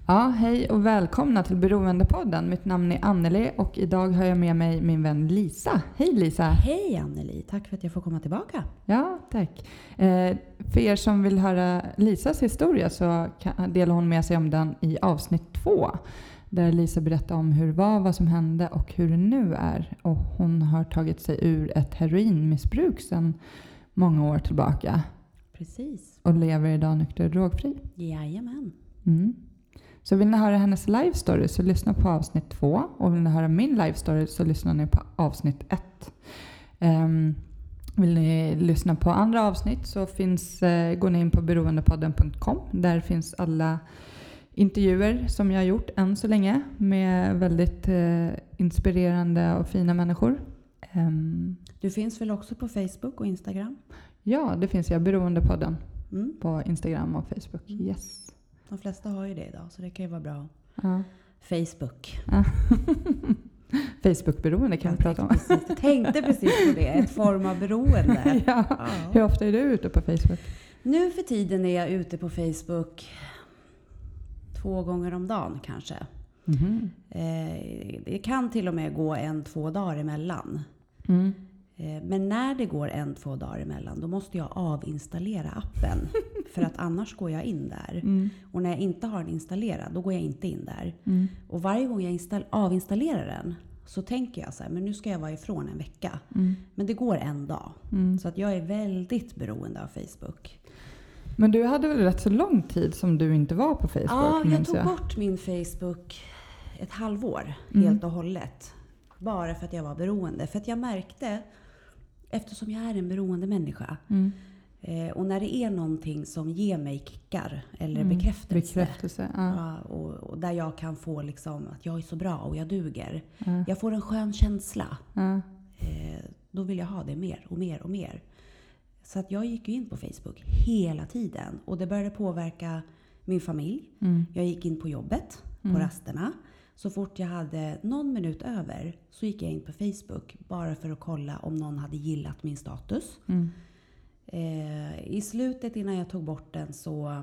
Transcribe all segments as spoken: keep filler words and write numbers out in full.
Ja, hej och välkomna till Beroendepodden. Mitt namn är Anneli och idag har jag med mig min vän Lisa. Hej Lisa! Hej Anneli, tack för att jag får komma tillbaka. Ja, tack. Eh, för er som vill höra Lisas historia så kan, delar hon med sig om den i avsnitt två. Där Lisa berättar om hur det var, vad som hände och hur det nu är. Och hon har tagit sig ur ett heroinmissbruk sedan många år tillbaka. Precis. Och lever idag nykter och drogfri. Jajamän. Mm. Så vill ni höra hennes live story så lyssna på avsnitt två. Och vill ni höra min live story så lyssnar ni på avsnitt ett. Um, vill ni lyssna på andra avsnitt så finns, uh, går ni in på beroendepodden punkt com. Där finns alla intervjuer som jag har gjort än så länge. Med väldigt uh, inspirerande och fina människor. Um, du finns väl också på Facebook och Instagram? Ja, det finns jag. Beroendepodden mm. på Instagram och Facebook. Mm. Yes. De flesta har ju det idag så det kan ju vara bra. Ja. Facebook. Ja. Facebook-beroende kan jag vi prata om. Precis, jag tänkte precis på det. Ett form av beroende. Ja. Ja. Hur ofta är du ute på Facebook? Nu för tiden är jag ute på Facebook två gånger om dagen kanske. Mm-hmm. Eh, det kan till och med gå en, två dagar emellan. Mm. Men när det går en, två dagar emellan då måste jag avinstallera appen. För att annars går jag in där. Mm. Och när jag inte har den installerad då går jag inte in där. Mm. Och varje gång jag install- avinstallerar den så tänker jag så här, men nu ska jag vara ifrån en vecka. Mm. Men det går en dag. Mm. Så att jag är väldigt beroende av Facebook. Men du hade väl rätt så lång tid som du inte var på Facebook? Ja, jag tog jag. bort min Facebook ett halvår mm. helt och hållet. Bara för att jag var beroende. För att jag märkte, eftersom jag är en beroende människa. Mm. Eh, och när det är någonting som ger mig kickar eller mm. bekräftelse. bekräftelse ja. Ja, och, och där jag kan få liksom att jag är så bra och jag duger. Ja. Jag får en skön känsla. Ja. Eh, då vill jag ha det mer och mer och mer. Så att jag gick ju in på Facebook hela tiden. Och det började påverka min familj. Mm. Jag gick in på jobbet, mm. på rasterna. Så fort jag hade någon minut över så gick jag in på Facebook. Bara för att kolla om någon hade gillat min status. Mm. Eh, I slutet innan jag tog bort den så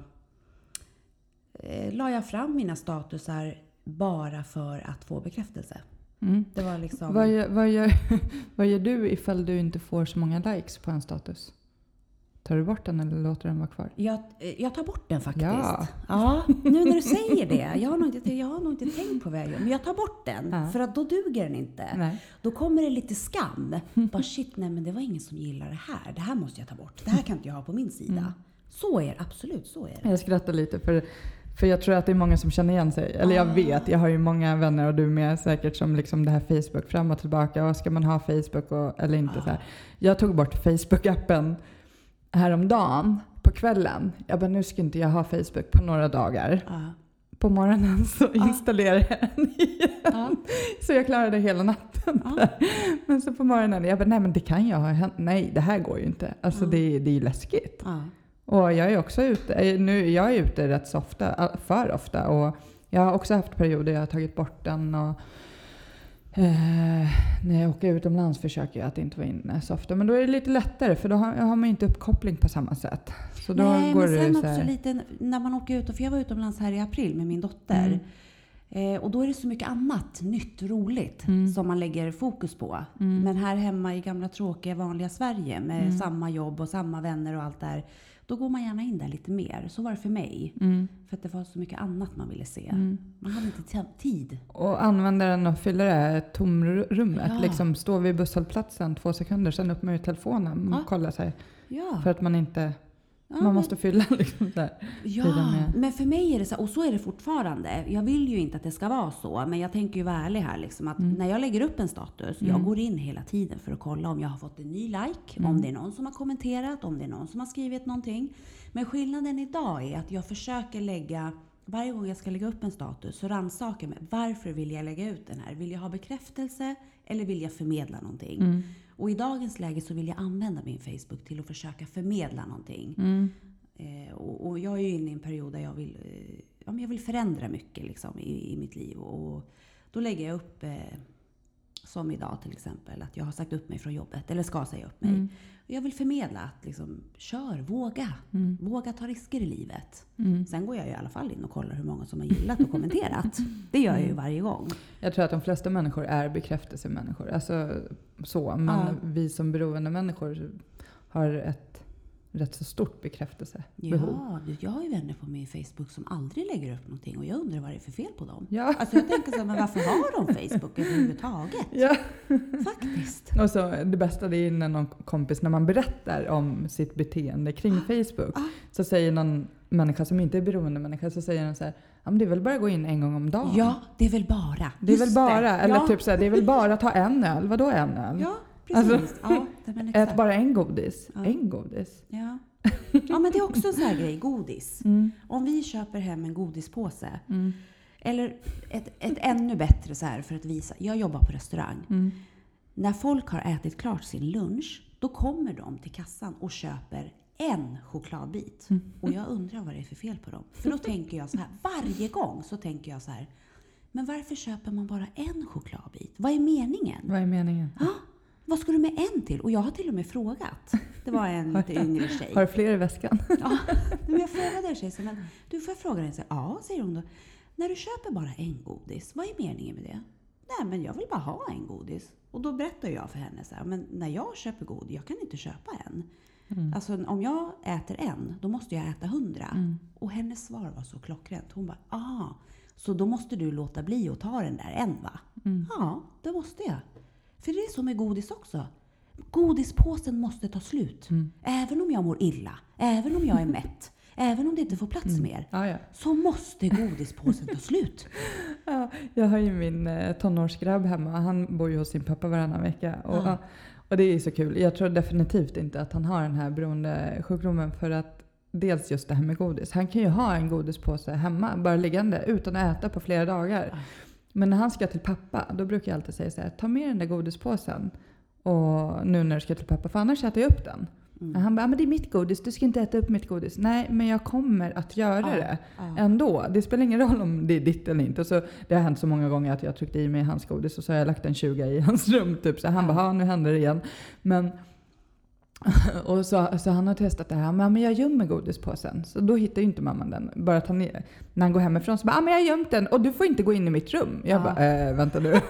eh, la jag fram mina statusar bara för att få bekräftelse. Mm. Det var liksom... vad, gör, vad, gör, vad gör du ifall du inte får så många likes på en status? Tar du bort den eller låter den vara kvar? Jag, jag tar bort den faktiskt. Ja. ja, nu när du säger det. Jag har nog inte, jag har nog inte tänkt på vad jag gör. Men jag tar bort den. Ja. För att då duger den inte. Nej. Då kommer det lite skam. Bara shit, nej men det var ingen som gillar det här. Det här måste jag ta bort. Det här kan inte jag ha på min sida. Mm. Så är det, absolut så är det. Jag skrattar lite för... För jag tror att det är många som känner igen sig. Eller jag vet, jag har ju många vänner och du med säkert som liksom det här Facebook fram och tillbaka. Och ska man ha Facebook och, eller inte? Ah. Så här. Jag tog bort Facebook-appen häromdagen på kvällen. Jag bara, nu ska inte jag ha Facebook på några dagar. Ah. På morgonen så installerade ah. jag den igen. Ah. Så jag klarade hela natten. Ah. Men så på morgonen, jag bara, nej men det kan jag ha. Nej, det här går ju inte. Alltså ah. det, det är ju läskigt. Ah. Och jag är också ute, nu, jag är ute rätt så ofta, för ofta. Och jag har också haft perioder där jag har tagit bort den. Och, eh, när jag åker utomlands försöker jag att inte vara inne så ofta. Men då är det lite lättare för då har, har man inte uppkoppling på samma sätt. Så då Nej, går men sen det också här... lite när man åker ut. För jag var utomlands här i april med min dotter. Mm. Eh, och då är det så mycket annat nytt, roligt mm. som man lägger fokus på. Mm. Men här hemma i gamla tråkiga vanliga Sverige med mm. samma jobb och samma vänner och allt där. Då går man gärna in där lite mer. Så var det för mig. Mm. För att det var så mycket annat man ville se. Mm. Man hade inte t- tid. Och användaren och fyller det här tomrummet. Ja. Liksom stå vid busshållplatsen två sekunder. Sen upp med telefonen och ja. kolla sig. Ja. För att man inte... Ja, man men, måste fylla liksom där. Ja, men för mig är det så. Och så är det fortfarande. Jag vill ju inte att det ska vara så. Men jag tänker ju vara ärlig här. Liksom, att mm. när jag lägger upp en status. Mm. Jag går in hela tiden för att kolla om jag har fått en ny like. Mm. Om det är någon som har kommenterat. Om det är någon som har skrivit någonting. Men skillnaden idag är att jag försöker lägga... Varje gång jag ska lägga upp en status så rannsakar jag mig. Varför vill jag lägga ut den här? Vill jag ha bekräftelse? Eller vill jag förmedla någonting? Mm. Och i dagens läge så vill jag använda min Facebook till att försöka förmedla någonting. Mm. Eh, och, och jag är ju inne i en period där jag vill, eh, ja, men jag vill förändra mycket liksom, i, i mitt liv. Och då lägger jag upp eh, Som idag till exempel, att jag har sagt upp mig från jobbet, eller ska säga upp mig. Mm. Jag vill förmedla att liksom, kör, våga. Mm. Våga ta risker i livet. Mm. Sen går jag i alla fall in och kollar hur många som har gillat och kommenterat. Det gör jag ju varje gång. Jag tror att de flesta människor är bekräftelsemänniskor. Alltså så. Men Ja. vi som beroende människor har ett rätt så stort bekräftelsebehov. Ja, jag har ju vänner på min Facebook som aldrig lägger upp någonting. Och jag undrar vad det är för fel på dem. Ja. Alltså jag tänker så här, men varför har de Facebook överhuvudtaget? Ja. Faktiskt. Och så det bästa det är när någon kompis, när man berättar om sitt beteende kring Facebook, Ah. så säger någon människa som inte är beroende människa, så säger den så här, ja men det är väl bara att gå in en gång om dagen. Ja, det är väl bara. Det är väl Just bara, det. eller Ja. typ så här, det är väl bara att ta en öl. Vadå en öl? Ja, precis. Alltså, ja, det men exakt. ät bara en godis. Ja. En godis. Ja. ja, men det är också en sån här grej, godis. Mm. Om vi köper hem en godispåse, Mm. eller ett, ett ännu bättre så här för att visa, jag jobbar på restaurang. Mm. När folk har ätit klart sin lunch, då kommer de till kassan och köper en chokladbit. Mm. Och jag undrar vad det är för fel på dem. För då tänker jag så här, varje gång så tänker jag så här, men varför köper man bara en chokladbit? Vad är meningen? Vad är meningen? Ja, vad ska du med en till? Och jag har till och med frågat. Det var en lite yngre tjej. Har du fler i väskan? Ja, men jag frågade en tjej, så, men du får jag fråga dig? Så, ja, säger hon då. När du köper bara en godis, vad är meningen med det? Nej, men jag vill bara ha en godis. Och då berättar jag för henne så här, men när jag köper godis, jag kan inte köpa en. Mm. Alltså om jag äter en, då måste jag äta hundra. Mm. Och hennes svar var så klockrent. Hon bara, ah, så då måste du låta bli att ta den där en, va? Mm. Ja, det måste jag. För det är så med godis också. Godispåsen måste ta slut. Mm. Även om jag mår illa, även om jag är mätt, även om det inte får plats mm. mer, ah, ja. så måste godispåsen ta slut. Ja, jag har ju min eh, tonårsgrabb hemma. Han bor ju hos sin pappa varannan vecka. Och, ja. och det är så kul. Jag tror definitivt inte att han har den här beroendesjukdomen, för att dels just det här med godis. Han kan ju ha en godispåse hemma, bara liggande, utan att äta på flera dagar. Ja. Men när han ska till pappa, då brukar jag alltid säga så här, ta med den där godispåsen. Och nu när du ska till pappa, för annars äter jag upp den. Mm. Han bara, men det är mitt godis, du ska inte äta upp mitt godis. Nej, men jag kommer att göra ja, det ja. ändå. Det spelar ingen roll om det är ditt eller inte. Och så, det har hänt så många gånger att jag tryckte i mig hans godis och så har jag lagt en tjugo i hans rum. Typ. Så han ja. bara, nu händer det igen. Men, och så, så han har testat det här. Men jag gömmer godispåsen. Så då hittar ju inte mamman den. Bara att han, när han går hemifrån så bara, men jag har gömt den och du får inte gå in i mitt rum. Jag ja. bara, äh, vänta nu.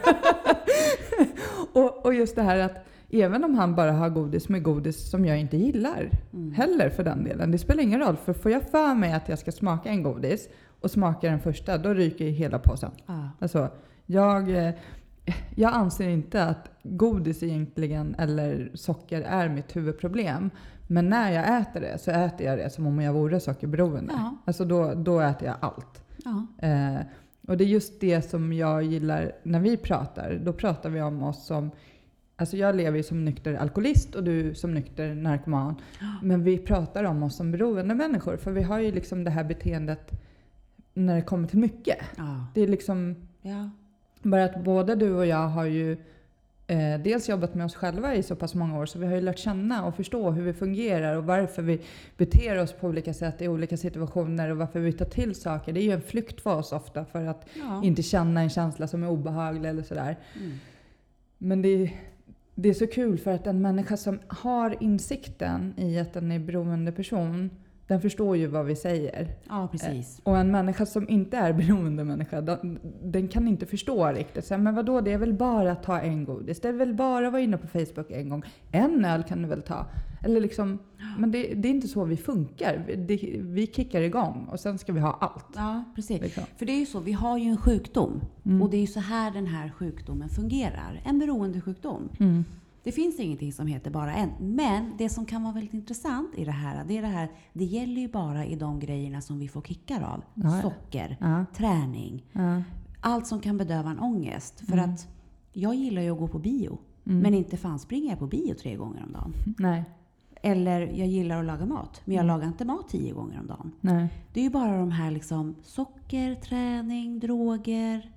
och, och just det här att även om han bara har godis med godis som jag inte gillar mm. heller för den delen. Det spelar ingen roll, för får jag för mig att jag ska smaka en godis och smaka den första, då ryker ju hela påsen. Ah. Alltså, jag, jag anser inte att godis egentligen eller socker är mitt huvudproblem. Men när jag äter det så äter jag det som om jag vore sockerberoende. Ja. Alltså då, då äter jag allt. Ja. Eh, och det är just det som jag gillar när vi pratar. Då pratar vi om oss som... Alltså jag lever ju som nykter alkoholist och du som nykter narkoman. Men vi pratar om oss som beroende människor. För vi har ju liksom det här beteendet när det kommer till mycket. Ja. Det är liksom... Ja. Bara att både du och jag har ju eh, dels jobbat med oss själva i så pass många år. Så vi har ju lärt känna och förstå hur vi fungerar. Och varför vi beter oss på olika sätt i olika situationer. Och varför vi tar till saker. Det är ju en flykt för oss ofta. För att ja. inte känna en känsla som är obehaglig eller sådär. Mm. Men det är... Det är så kul, för att en människa som har insikten i att den är beroende person, den förstår ju vad vi säger. Ja, precis. Och en människa som inte är beroende människa, den, den kan inte förstå riktigt. Så, men vadå, det är väl bara att ta en godis. Det är väl bara att vara inne på Facebook en gång. En öl kan du väl ta. Eller liksom, men det, det är inte så vi funkar. Det, vi kickar igång och sen ska vi ha allt. Ja, precis. Liksom. För det är ju så, vi har ju en sjukdom. Mm. Och det är ju så här den här sjukdomen fungerar. En beroendesjukdom. Mm. Det finns ingenting som heter bara en. Men det som kan vara väldigt intressant i det här, det är det här, det gäller ju bara i de grejerna som vi får kickar av. Ja. Socker, ja. träning, ja. allt som kan bedöva en ångest. För mm. att jag gillar ju att gå på bio. Mm. Men inte fan springer jag på bio tre gånger om dagen. Nej. Eller jag gillar att laga mat. Men jag mm. lagar inte mat tio gånger om dagen. Nej. Det är ju bara de här liksom socker, träning, droger,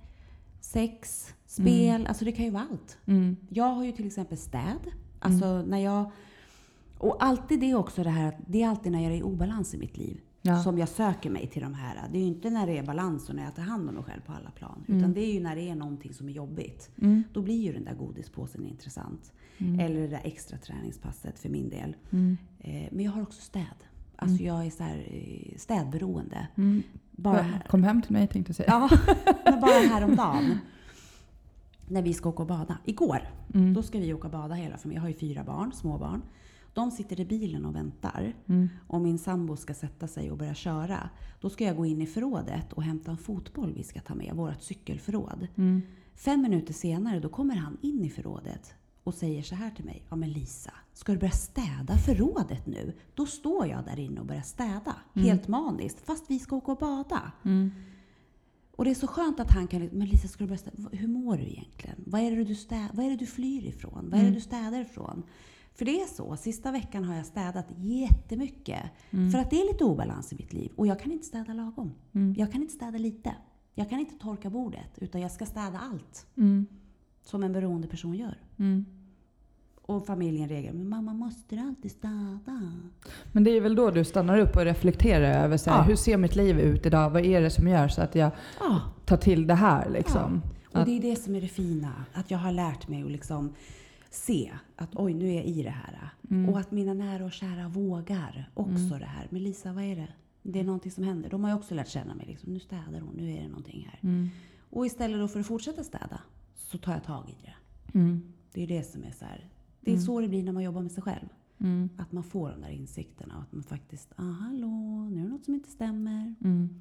sex, spel. Mm. Alltså det kan ju vara allt. Mm. Jag har ju till exempel städ. Alltså mm. när jag... Och alltid det är också det här att det är alltid när jag är i obalans i mitt liv. Ja. Som jag söker mig till de här. Det är ju inte när det är balans och när jag tar hand om mig själv på alla plan. Mm. Utan det är ju när det är någonting som är jobbigt. Mm. Då blir ju den där godispåsen intressant. Mm. Eller det där extra träningspasset för min del. Mm. Eh, men jag har också städ. Alltså mm. jag är så här städberoende. Mm. Bara här. Kom hem till mig tänkte jag säga. Ja, men bara häromdagen. När vi ska åka och bada. Igår. Mm. Då ska vi åka och bada hela familjen. Jag har ju fyra barn, små barn. De sitter i bilen och väntar. Mm. Och min sambo ska sätta sig och börja köra. Då ska jag gå in i förrådet och hämta en fotboll vi ska ta med. Vårt cykelförråd. Mm. Fem minuter senare då kommer han in i förrådet. Och säger så här till mig. Ja men Lisa, ska du börja städa förrådet nu? Då står jag där inne och börjar städa. Mm. Helt maniskt. Fast vi ska åka och bada. Mm. Och det är så skönt att han kan... Men Lisa, ska du börja städa? Hur mår du egentligen? Vad är det du, städ, vad är det du flyr ifrån? Vad är det du städar ifrån? För det är så. Sista veckan har jag städat jättemycket. Mm. För att det är lite obalans i mitt liv. Och jag kan inte städa lagom. Mm. Jag kan inte städa lite. Jag kan inte torka bordet. Utan jag ska städa allt. Mm. Som en beroende person gör. Mm. Och familjen reagerar. Men mamma, måste du alltid städa? Men det är väl då du stannar upp och reflekterar över så här, ja. Hur ser mitt liv ut idag? Vad är det som gör så att jag ja. tar till det här? Liksom? Ja. Och att, det är det som är det fina. Att jag har lärt mig att liksom se att oj, nu är jag i det här. Mm. Och att mina nära och kära vågar också mm. det här. Men Lisa, vad är det? Det är någonting som händer. De har ju också lärt känna mig. Liksom. Nu städar hon, nu är det någonting här. Mm. Och istället då för att fortsätta städa så tar jag tag i det. Mm. Det är det som är så här. Det är mm. så det blir när man jobbar med sig själv. Mm. Att man får de där insikterna. Och att man faktiskt, ah hallå, nu är det något som inte stämmer. Mm.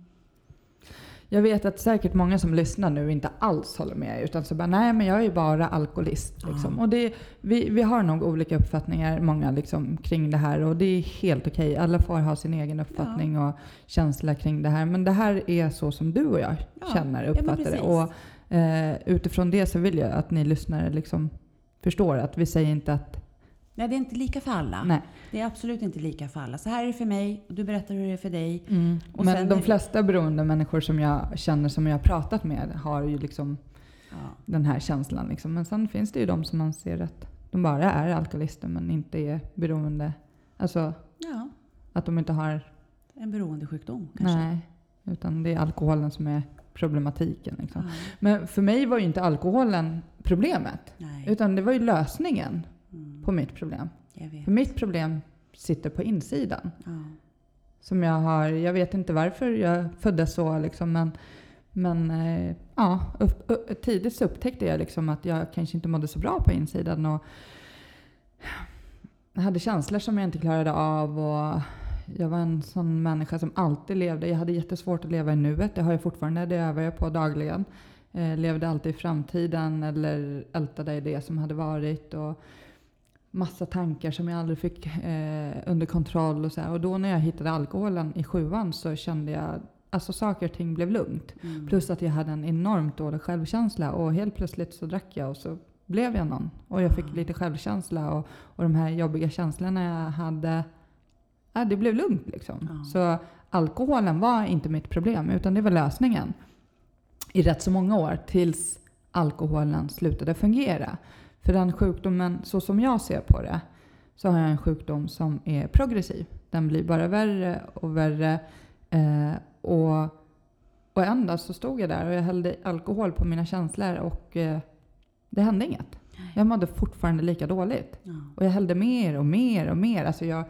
Jag vet att säkert många som lyssnar nu inte alls håller med. Utan så bara, nej men jag är ju bara alkoholist. Liksom. Ah. Och det, vi, vi har nog olika uppfattningar, många liksom, kring det här. Och det är helt okej. Alla får ha sin egen uppfattning ja. och känsla kring det här. Men det här är så som du och jag ja. känner och uppfattar ja, det. Och eh, utifrån det så vill jag att ni lyssnare liksom förstår att vi säger inte att... Nej, det är inte lika för alla. Nej. Det är absolut inte lika för alla. Så här är det för mig, och du berättar hur det är för dig. Mm. Och men de flesta beroende människor som jag känner, som jag har pratat med, har ju liksom ja. den här känslan. Liksom. Men sen finns det ju de som man ser att de bara är alkoholister men inte är beroende. Alltså ja. att de inte har... En beroendesjukdom kanske. Nej, utan det är alkoholen som är problematiken. Liksom. Ja. Men för mig var ju inte alkoholen problemet. Nej. Utan det var ju lösningen mm. på mitt problem. För mitt problem sitter på insidan. Ja. Som jag har, jag vet inte varför jag föddes så liksom, men, men eh, ja, upp, upp, tidigt så upptäckte jag liksom att jag kanske inte mådde så bra på insidan. Och jag hade känslor som jag inte klarade av och jag var en sån människa som alltid levde. Jag hade jättesvårt att leva i nuet. Det har jag fortfarande. Det övar jag på dagligen. Eh, levde alltid i framtiden eller ältade i det som hade varit. Och massa tankar som jag aldrig fick eh, under kontroll. Och, så här. Och då när jag hittade alkoholen i sjuan så kände jag alltså saker och ting blev lugnt. Mm. Plus att jag hade en enormt dålig självkänsla. Och helt plötsligt så drack jag och så blev jag någon. Och jag fick mm. lite självkänsla. Och, och de här jobbiga känslorna jag hade... Ja, det blev lugnt liksom. Ja. Så alkoholen var inte mitt problem utan det var lösningen. I rätt så många år tills alkoholen slutade fungera. För den sjukdomen, så som jag ser på det, så har jag en sjukdom som är progressiv. Den blir bara värre och värre. Eh, och, och ända så stod jag där och jag hällde alkohol på mina känslor och eh, det hände inget. Jag mådde fortfarande lika dåligt. Ja. Och jag hällde mer och mer och mer. Alltså jag...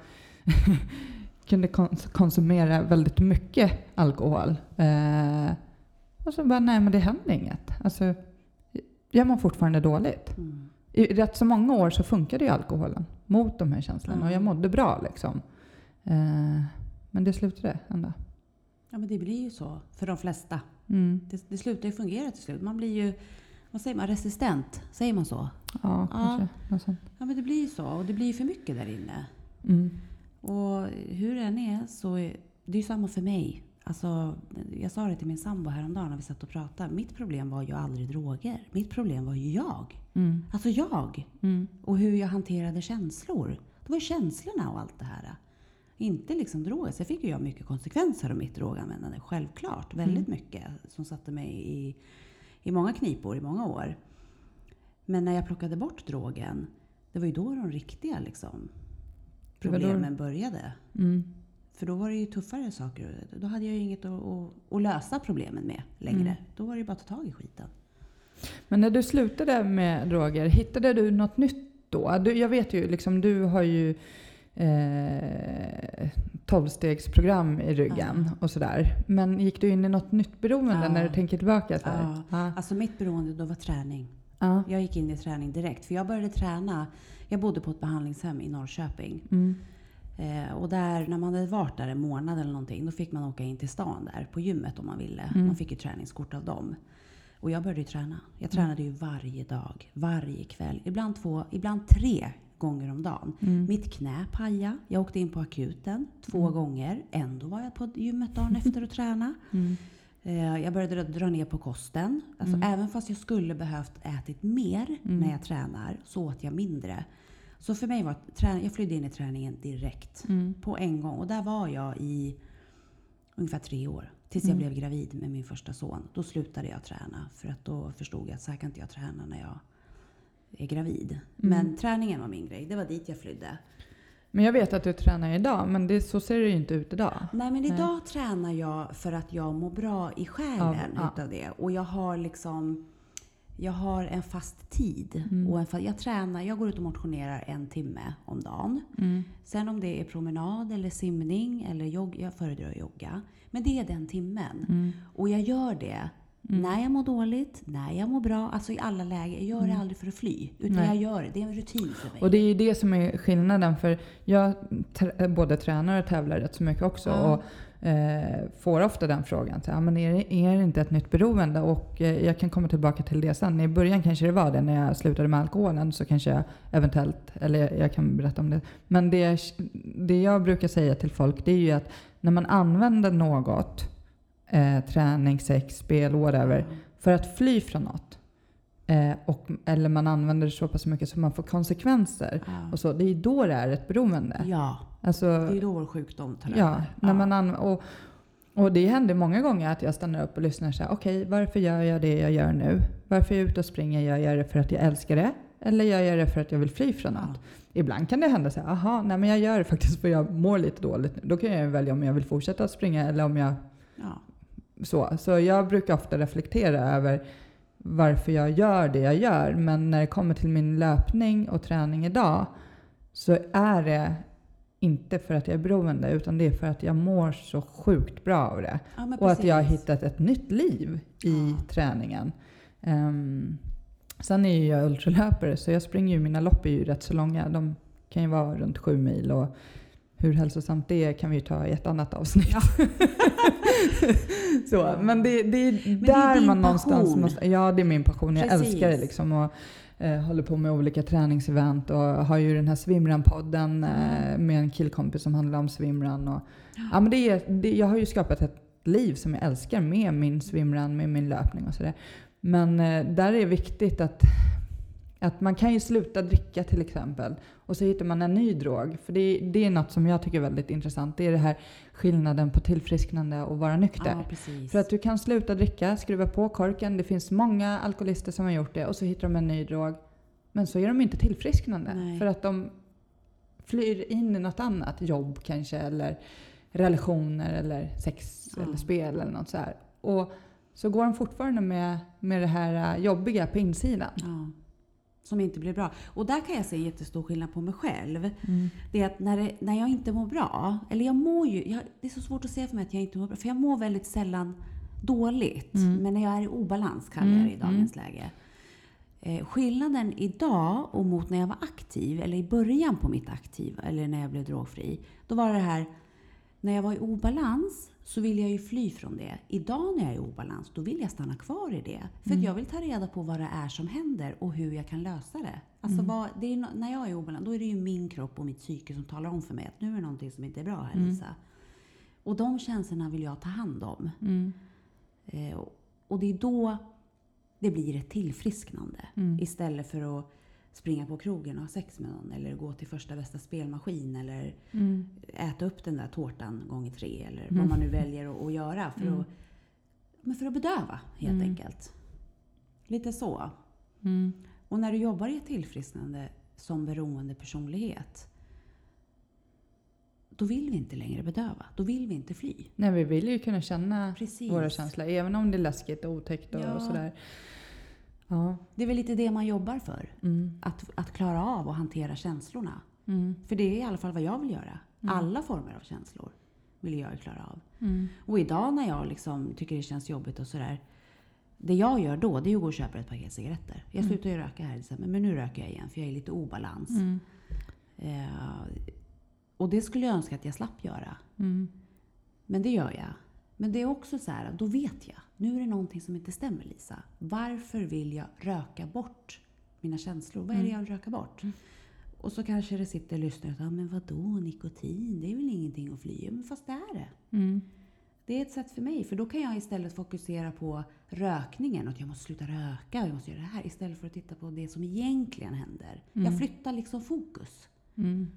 kunde konsumera väldigt mycket alkohol. Eh, och så bara, nej men det händer inget. Alltså, jag mår fortfarande dåligt. Mm. I rätt så många år så funkade ju alkoholen mot de här känslorna. Mm. Och jag mådde bra liksom. Eh, men det slutade ändå. Ja men det blir ju så för de flesta. Mm. Det, det slutar ju fungera till slut. Man blir ju, vad säger man, resistent. Säger man så? Ja, kanske. Ja, ja men det blir ju så. Och det blir ju för mycket där inne. Mm. Och hur det än är så är det ju samma för mig. Alltså, jag sa det till min sambo häromdagen när vi satt och pratade. Mitt problem var ju aldrig droger. Mitt problem var ju jag. Mm. Alltså jag. Mm. Och hur jag hanterade känslor. Det var ju känslorna och allt det här. Inte liksom droger. Så fick ju jag mycket konsekvenser av mitt droganvändande. Självklart. Väldigt mm. mycket. Som satte mig i, i många knipor i många år. Men när jag plockade bort drogen. Det var ju då de riktiga liksom... problemen började. Mm. För då var det ju tuffare saker. Då hade jag ju inget att, att, att lösa problemen med längre. Mm. Då var det bara att ta tag i skiten. Men när du slutade med droger, hittade du något nytt då? Du, jag vet ju, liksom, du har ju eh, tolvstegsprogram i ryggen ja. och sådär. Men gick du in i något nytt beroende ja. när du tänker tillbaka? Så här? Ja. Ja. Alltså mitt beroende då var träning. Ja. Jag gick in i träning direkt. För jag började träna. Jag bodde på ett behandlingshem i Norrköping. Mm. Eh, och där, när man hade varit där en månad eller någonting, då fick man åka in till stan där på gymmet om man ville. Mm. Man fick ju träningskort av dem. Och jag började ju träna. Jag tränade ju varje dag, varje kväll. Ibland två, ibland tre gånger om dagen. Mm. Mitt knä pajade. Jag åkte in på akuten två mm. gånger. Ändå var jag på gymmet dagen efter att träna. Mm. Eh, jag började dra ner på kosten. Alltså, mm. även fast jag skulle behövt ätit mer mm. när jag tränar, så åt jag mindre. Så för mig var träning, jag flydde in i träningen direkt. Mm. På en gång. Och där var jag i ungefär tre år. Tills jag mm. blev gravid med min första son. Då slutade jag träna. För att då förstod jag att så här kan inte jag träna när jag är gravid. Mm. Men träningen var min grej. Det var dit jag flydde. Men jag vet att du tränar idag. Men det, så ser det ju inte ut idag. Nej, men idag Nej. tränar jag för att jag mår bra i själen ja, utav det. Och jag har liksom... Jag har en fast tid. Mm. Och en, jag tränar, jag går ut och motionerar en timme om dagen. Mm. Sen om det är promenad eller simning eller jogg, jag föredrar jogga. Men det är den timmen. Mm. Och jag gör det mm. när jag mår dåligt, när jag mår bra. Alltså i alla lägen. Jag gör det mm. aldrig för att fly. Utan Nej. jag gör det. Det är en rutin för mig. Och det är ju det som är skillnaden. För jag t- både tränar och tävlar rätt så mycket också. Ja. Och Eh, får ofta den frågan. Så, ja, men är, det, är det inte ett nytt beroende? Och eh, jag kan komma tillbaka till det sen. I början kanske det var det. När jag slutade med alkoholen så kanske jag eventuellt, eller jag, jag kan berätta om det. Men det, det jag brukar säga till folk, det är ju att när man använder något, eh, träning, sex, spel, whatever, mm. för att fly från något. Eh, och, eller man använder det så pass mycket så man får konsekvenser. Ja. Och så, det är då det är ett beroende. Ja, alltså, det är då vår sjukdom tar ja, över. När man anv- och, och det händer många gånger att jag stannar upp och lyssnar så här. Okej, okay, varför gör jag det jag gör nu? Varför är jag ute och springer? Gör jag det för att jag älskar det? Eller gör jag det för att jag vill fly från något? Ja. Ibland kan det hända så här. Aha, nej men jag gör det faktiskt för jag mår lite dåligt nu. Då kan jag välja om jag vill fortsätta att springa eller om jag... Ja. Så, så jag brukar ofta reflektera över varför jag gör det jag gör. Men när det kommer till min löpning och träning idag så är det inte för att jag är beroende utan det är för att jag mår så sjukt bra av det. Ja, och att jag har hittat ett nytt liv i ja. träningen. Um, sen är jag ultralöpare så jag springer ju, mina lopp är ju rätt så långa. De kan ju vara runt sju mil och hur hälsosamt det är kan vi ju ta i ett annat avsnitt. Ja. Så, men det, det är men där det är man någonstans måste, ja, det är min passion. Jag Precis. älskar det liksom och eh, håller på med olika träningsevent och har ju den här Swimrun-podden eh, med en killkompis som handlar om swimrun och ja, men det är, det, jag har ju skapat ett liv som jag älskar med min swimrun, med min löpning och sådär. Men eh, där är det viktigt att Att man kan ju sluta dricka till exempel. Och så hittar man en ny drog. För det, det är något som jag tycker är väldigt intressant. Det är det här skillnaden på tillfrisknande och vara nykter. Ja, precis. För att du kan sluta dricka, skruva på korken. Det finns många alkoholister som har gjort det. Och så hittar de en ny drog. Men så är de inte tillfrisknande. Nej. För att de flyr in i något annat. Jobb kanske. Eller relationer. Eller sex. Ja. Eller spel. Eller något så här. Och så går de fortfarande med, med det här jobbiga på insidan. Ja. Som inte blir bra. Och där kan jag se jättestor skillnad på mig själv. Mm. Det är att när, det, när jag inte mår bra. Eller jag mår ju. Jag, det är så svårt att säga för mig att jag inte mår bra. För jag mår väldigt sällan dåligt. Mm. Men när jag är i obalans kallar jag det i dagens mm. läge. Eh, skillnaden idag och mot när jag var aktiv. Eller i början på mitt aktiv. Eller när jag blev drogfri. Då var det här. När jag var i obalans så vill jag ju fly från det. Idag när jag är i obalans, då vill jag stanna kvar i det. För mm. att jag vill ta reda på vad det är som händer och hur jag kan lösa det. Alltså mm. vad, det är, när jag är i obalans, då är det ju min kropp och mitt psyke som talar om för mig att nu är det någonting som inte är bra här, Lisa. Mm. Och de känslorna vill jag ta hand om. Mm. Eh, och, och det är då det blir ett tillfrisknande. Mm. Istället för att springa på krogen och ha sex med någon. Eller gå till första bästa spelmaskin. Eller mm. äta upp den där tårtan gånger tre. Eller mm. vad man nu väljer att, att göra. För, mm. att, men för att bedöva helt mm. enkelt. Lite så. Mm. Och när du jobbar i ett tillfrisknande som beroende personlighet. då vill vi inte längre bedöva. Då vill vi inte fly. Nej, vi vill ju kunna känna Precis. våra känslor. Även om det är läskigt och otäckt och, Ja. och sådär. Ja. Det är väl lite det man jobbar för. Mm. Att, att klara av och hantera känslorna. Mm. För det är i alla fall vad jag vill göra. Mm. Alla former av känslor vill jag klara av. Mm. Och idag när jag liksom tycker det känns jobbigt och sådär. Det jag gör då, det är att gå och köpa ett paket cigaretter. Jag Mm. slutar ju röka här i december, men nu röker jag igen för jag är i lite obalans. Mm. Eh, och det skulle jag önska att jag slapp göra. Mm. Men det gör jag. Men det är också så här, då vet jag. Nu är det någonting som inte stämmer, Lisa. Varför vill jag röka bort mina känslor? Vad är det jag vill röka bort? Mm. Och så kanske det sitter lyssnare och säger, men vadå, nikotin? Det är väl ingenting att fly. Men fast det är det. Mm. Det är ett sätt för mig. För då kan jag istället fokusera på rökningen. Och att jag måste sluta röka och jag måste göra det här. Istället för att titta på det som egentligen händer. Mm. Jag flyttar liksom fokus. Mm.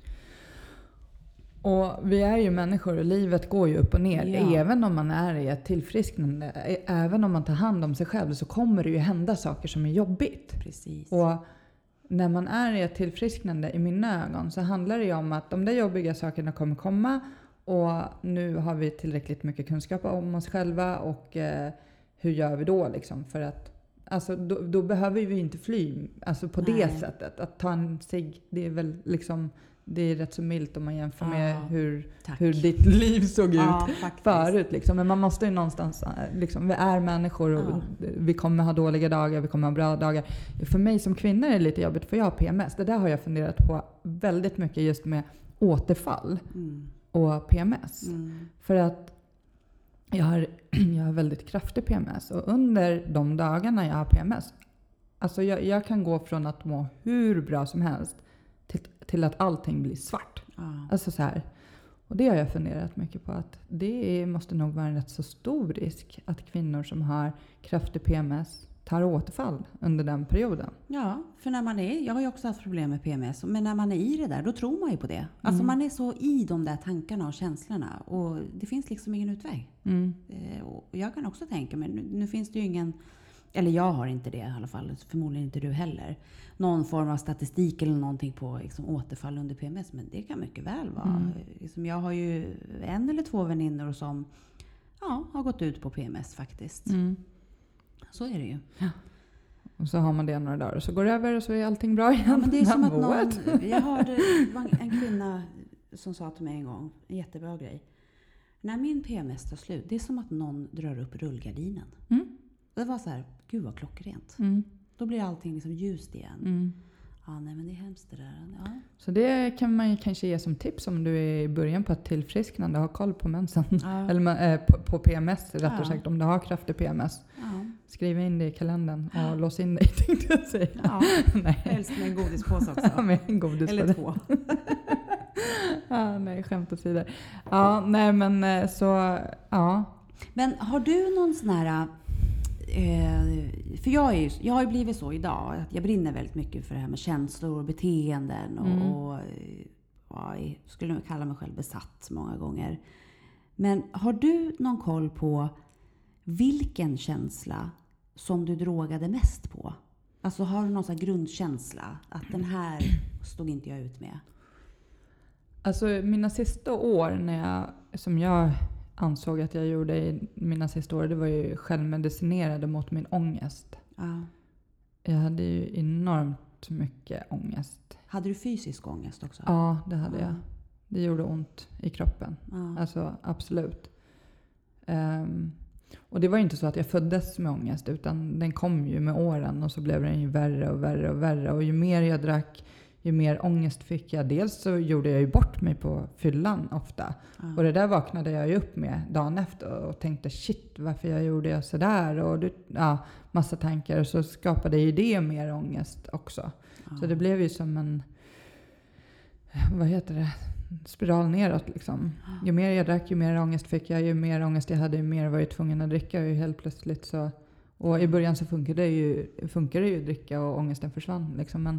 Och vi är ju människor och livet går ju upp och ner. Ja. Även om man är i ett tillfrisknande, även om man tar hand om sig själv, så kommer det ju hända saker som är jobbigt. Precis. Och när man är i ett tillfrisknande, i mina ögon, så handlar det ju om att de där jobbiga sakerna kommer komma. Och nu har vi tillräckligt mycket kunskap om oss själva. Och eh, hur gör vi då liksom? För att, alltså, då, då behöver vi inte fly. Alltså på Nej. det sättet. Att ta en cigg, det är väl liksom... Det är rätt så milt om man jämför med Ja, hur, tack. hur ditt liv såg Ja, ut faktiskt. förut. Liksom. Men man måste ju någonstans... Liksom, vi är människor och Ja. vi kommer ha dåliga dagar, vi kommer ha bra dagar. För mig som kvinna är det lite jobbigt, för jag har P M S. Det där har jag funderat på väldigt mycket, just med återfall Mm. och P M S. Mm. För att jag har, jag har väldigt kraftig P M S. Och under de dagarna jag har P M S, alltså jag, jag kan gå från att må hur bra som helst till, till att allting blir svart. Ja. Alltså så här. Och det har jag funderat mycket på, att det är, måste nog vara en rätt så stor risk att kvinnor som har kraftig P M S tar återfall under den perioden. Ja, för när man är, jag har ju också haft problem med P M S, men när man är i det där, då tror man ju på det. Alltså Mm. man är så i de där tankarna och känslorna och det finns liksom ingen utväg. Mm. Eh, och jag kan också tänka, men nu, nu finns det ju ingen, eller jag har inte det i alla fall, förmodligen inte du heller, någon form av statistik eller någonting på liksom, återfall under P M S, men det kan mycket väl vara. Mm. Liksom, jag har ju en eller två väninnor som ja, har gått ut på P M S faktiskt. Mm. Så är det ju. Och så har man det några dagar och så går det över och så är allting bra igen. Ja, men det är som att Nivået. någon, jag hörde det var en kvinna som sa till mig en gång, en jättebra grej. När min P M S tar slut, det är som att någon drar upp rullgardinen. Mm. Det var så här, gud vad klockrent. Mm. Då blir allting liksom ljust igen. Mm. Ja, nej men det är hemskt det där. Ja. Så det kan man ju kanske ge som tips om du är i början på ett tillfrisknande och har koll på mensen. Ja. Eller äh, på, på P M S rättare Ja. sagt, om du har kraftig P M S. Ja. Skriv in det i kalendern och lås in dig, tänkte jag säga. Ja. Nej. Helst med en godispåse också. Ja, med en godis på Eller det. två. Ja, nej, skämt åsido. Ja, nej men eh, så, ja. Men har du någon sån här... Eh, för jag, är ju, jag har ju blivit så idag att jag brinner väldigt mycket för det här med känslor och beteenden. Och, Mm. och ja, jag skulle kalla mig själv besatt många gånger. Men har du någon koll på vilken känsla som du drogade mest på? Alltså har du någon sån här grundkänsla att den här stod inte jag ut med? Alltså mina sista år när jag, som jag ansåg att jag gjorde i mina sista år, det var ju självmedicinerade mot min ångest. Ja. Jag hade ju enormt mycket ångest. Hade du fysisk ångest också? Ja, det hade Ja. jag. Det gjorde ont i kroppen. Ja. Alltså absolut. Um, och det var ju inte så att jag föddes med ångest, utan den kom ju med åren och så blev den ju värre och värre och värre. Och ju mer jag drack, ju mer ångest fick jag. Dels så gjorde jag ju bort mig på fyllan ofta. Ja. Och det där vaknade jag ju upp med dagen efter och tänkte shit, varför jag gjorde jag sådär? Och det, ja, massa tankar. Och så skapade ju det mer ångest också. Ja. Så det blev ju som en, vad heter det, spiral neråt liksom. Ju mer jag drack, ju mer ångest fick jag. Ju mer ångest jag hade, ju mer var jag tvungen att dricka. Och helt plötsligt så, och i början så funkade det ju, funkade det ju att dricka och ångesten försvann liksom. Men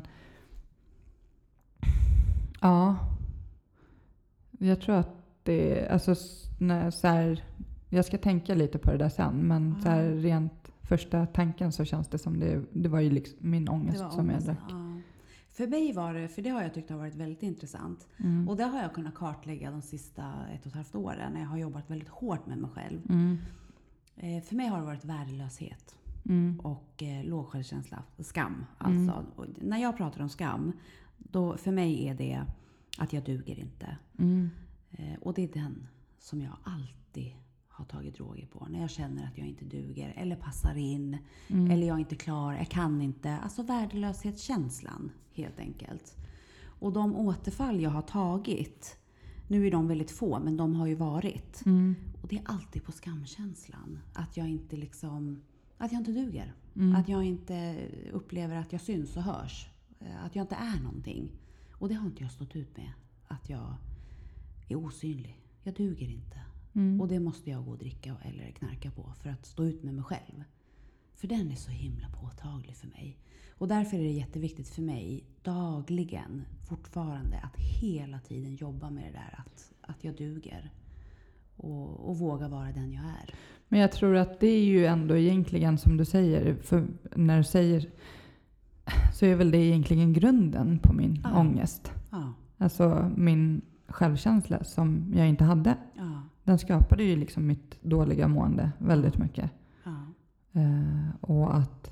ja, jag tror att det, alltså när, så här, jag ska tänka lite på det där sen, men så här, rent första tanken så känns det som det, det var ju liksom min ångest, Det var som jag ångest, drack. ja. För mig var det, för det har jag tyckt har varit väldigt intressant. Mm. Och det har jag kunnat kartlägga de sista ett och ett halvt åren när jag har jobbat väldigt hårt med mig själv. Mm. Eh, för mig har det varit värdelöshet. Mm. Och eh, låg självkänsla. Skam alltså. Mm. Och när jag pratar om skam, då för mig är det att jag duger inte. Mm. Eh, och det är den som jag alltid har tagit droger på. När jag känner att jag inte duger eller passar in. Mm. Eller jag är inte klar, jag kan inte. Alltså värdelöshetskänslan helt enkelt. Och de återfall jag har tagit, nu är de väldigt få men de har ju varit. Mm. Och det är alltid på skamkänslan. Att jag inte liksom, att jag inte duger. Mm. Att jag inte upplever att jag syns och hörs. Att jag inte är någonting. Och det har inte jag stått ut med. Att jag är osynlig. Jag duger inte. Mm. Och det måste jag gå och dricka eller knarka på för att stå ut med mig själv. För den är så himla påtaglig för mig. Och därför är det jätteviktigt för mig dagligen fortfarande att hela tiden jobba med det där att, att jag duger. Och, och våga vara den jag är. Men jag tror att det är ju ändå egentligen som du säger. För när du säger så är väl det egentligen grunden på min ja. ångest. Ja. Alltså min självkänsla som jag inte hade. Ja. Den skapade ju liksom mitt dåliga mående väldigt mycket. Ja. Eh, och att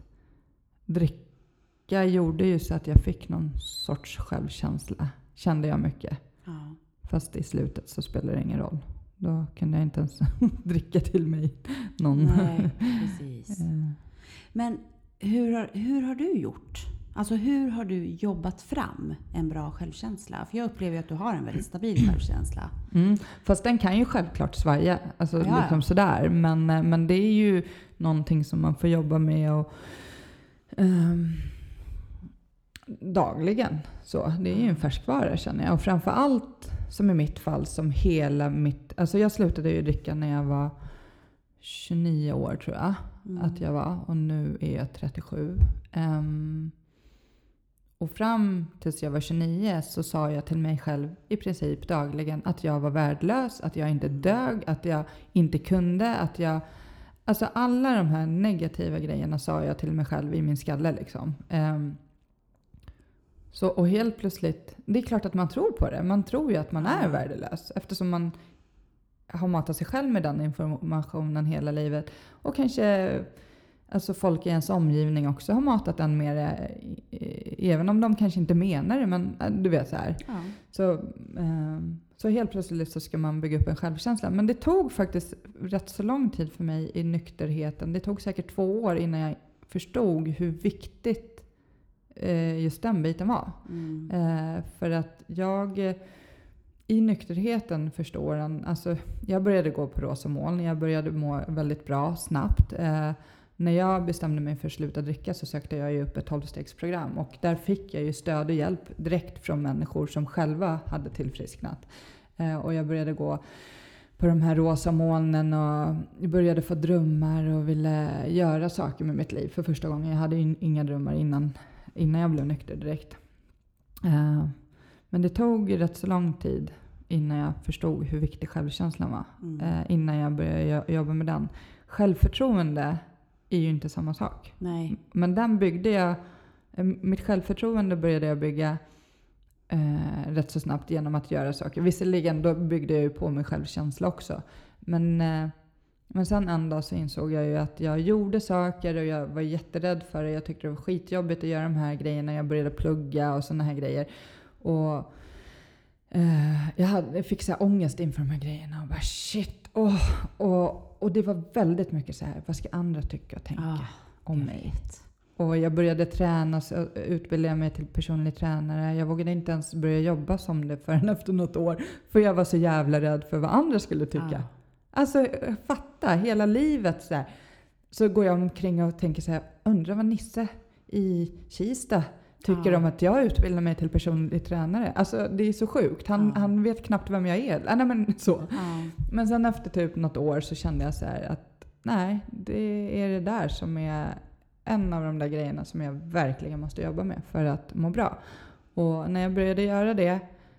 dricka gjorde ju så att jag fick någon sorts självkänsla. Kände jag mycket. Ja. Fast i slutet så spelar det ingen roll. Då kunde jag inte ens dricka till mig någon. Nej, precis. eh. Men hur har, hur har du gjort? Alltså hur har du jobbat fram en bra självkänsla? För jag upplever att du har en väldigt stabil självkänsla. Mm. Fast den kan ju självklart svaja. Alltså ja. liksom sådär. Men, men det är ju någonting som man får jobba med och, um, dagligen. Så det är ju en färskvara känner jag. Och framförallt som i mitt fall som hela mitt... Alltså jag slutade ju dricka när jag var tjugonio år tror jag. Mm. Att jag var. Och nu är jag trettiosju. Um, Och fram tills jag var tjugonio så sa jag till mig själv i princip dagligen att jag var värdelös, att jag inte dög, att jag inte kunde, att jag... Alltså alla de här negativa grejerna sa jag till mig själv i min skalle liksom. Um, så, och helt plötsligt, det är klart att man tror på det. Man tror ju att man är värdelös eftersom man har matat sig själv med den informationen hela livet. Och kanske... Alltså folk i ens omgivning också har matat den med det. Även om de kanske inte menar det. Men du vet så här. Ja. Så, eh, så helt plötsligt så ska man bygga upp en självkänsla. Men det tog faktiskt rätt så lång tid för mig i nykterheten. Det tog säkert två år innan jag förstod hur viktigt eh, just den biten var. Mm. Eh, för att jag... I nykterheten förstår en... Alltså, jag började gå på rosa moln. Jag började må väldigt bra snabbt. Eh, När jag bestämde mig för att sluta dricka så sökte jag ju upp ett tolv-stegsprogram. Och där fick jag ju stöd och hjälp direkt från människor som själva hade tillfrisknat. Eh, och jag började gå på de här rosa molnen och jag började få drömmar och ville göra saker med mitt liv för första gången. Jag hade ju inga drömmar innan, innan jag blev nykter direkt. Eh, men det tog rätt så lång tid innan jag förstod hur viktig självkänslan var. Mm. Eh, innan jag började jobba med den. Självförtroende är ju inte samma sak. Nej. Men den byggde jag, mitt självförtroende började jag bygga eh, rätt så snabbt genom att göra saker. Visserligen då byggde jag ju på mig självkänsla också. Men, eh, men sen en dag så insåg jag ju att jag gjorde saker och jag var jätterädd för det. Jag tyckte det var skitjobbigt att göra de här grejerna. Jag började plugga och såna här grejer. Och eh, jag, hade, jag fick så här ångest inför de här grejerna och bara shit. Oh, och Och det var väldigt mycket så här, vad ska andra tycka och tänka ah, om mig? Vet. Och jag började träna, så utbildade mig till personlig tränare. Jag vågade inte ens börja jobba som det förrän efter något år. För jag var så jävla rädd för vad andra skulle tycka. Ah. Alltså, fatta, hela livet så här. Så går jag omkring och tänker så här, undrar vad Nisse i Kista tycker ah. om att jag utbildar mig till personlig tränare. Alltså det är så sjukt. Han, ah. han vet knappt vem jag är. Ah, nej, men, så. Ah. men sen efter typ något år så kände jag så här att nej, det är det där som är en av de där grejerna som jag verkligen måste jobba med för att må bra. Och när jag började göra det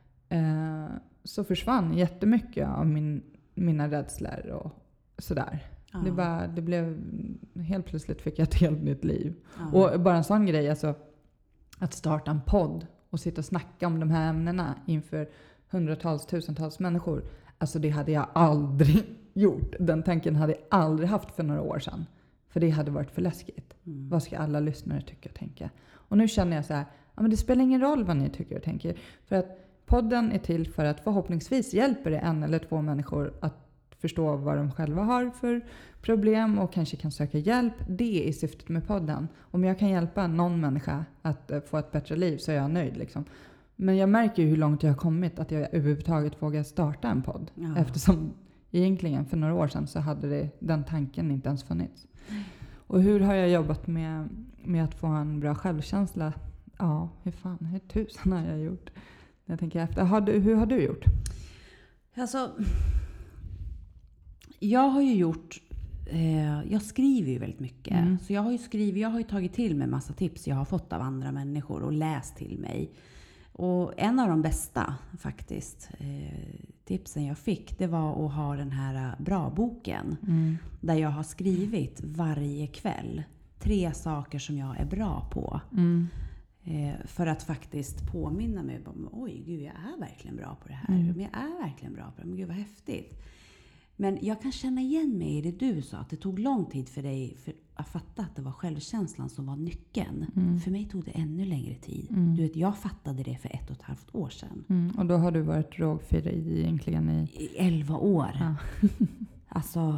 eh, så försvann jättemycket av min, mina rädslor och sådär. Ah. Det, bara, det blev, helt plötsligt fick jag ett helt nytt liv. Ah. Och bara en sån grej, alltså att starta en podd och sitta och snacka om de här ämnena inför hundratals, tusentals människor. Alltså det hade jag aldrig gjort. Den tanken hade jag aldrig haft för några år sedan. För det hade varit för läskigt. Mm. Vad ska alla lyssnare tycka och tänka? Och nu känner jag så här, ja, men det spelar ingen roll vad ni tycker och tänker. För att podden är till för att förhoppningsvis hjälper det en eller två människor att förstå vad de själva har för problem och kanske kan söka hjälp. Det är syftet med podden. Om jag kan hjälpa någon människa att uh, få ett bättre liv så är jag nöjd liksom. Men jag märker ju hur långt jag har kommit att jag överhuvudtaget vågar starta en podd. Ja. Eftersom egentligen för några år sedan så hade det, den tanken inte ens funnits. Och hur har jag jobbat med, med att få en bra självkänsla? Ja, hur fan, hur tusen har jag gjort? Jag tänker efter. Har du, hur har du gjort? Alltså, jag har ju gjort, eh, jag skriver ju väldigt mycket. Mm. Så jag har ju skrivit, jag har ju tagit till mig massa tips jag har fått av andra människor och läst till mig. Och en av de bästa faktiskt eh, tipsen jag fick, det var att ha den här bra-boken. Mm. Där jag har skrivit varje kväll tre saker som jag är bra på. Mm. Eh, för att faktiskt påminna mig om, oj gud jag är verkligen bra på det här. Mm. Men jag är verkligen bra på det, men gud vad häftigt. Men jag kan känna igen mig i det du sa, att det tog lång tid för dig för att fatta att det var självkänslan som var nyckeln. Mm. För mig tog det ännu längre tid. Mm. Du vet, jag fattade det för ett och ett halvt år sedan. Mm. Och då har du varit drogfri i egentligen i... I elva år. Ja. Alltså,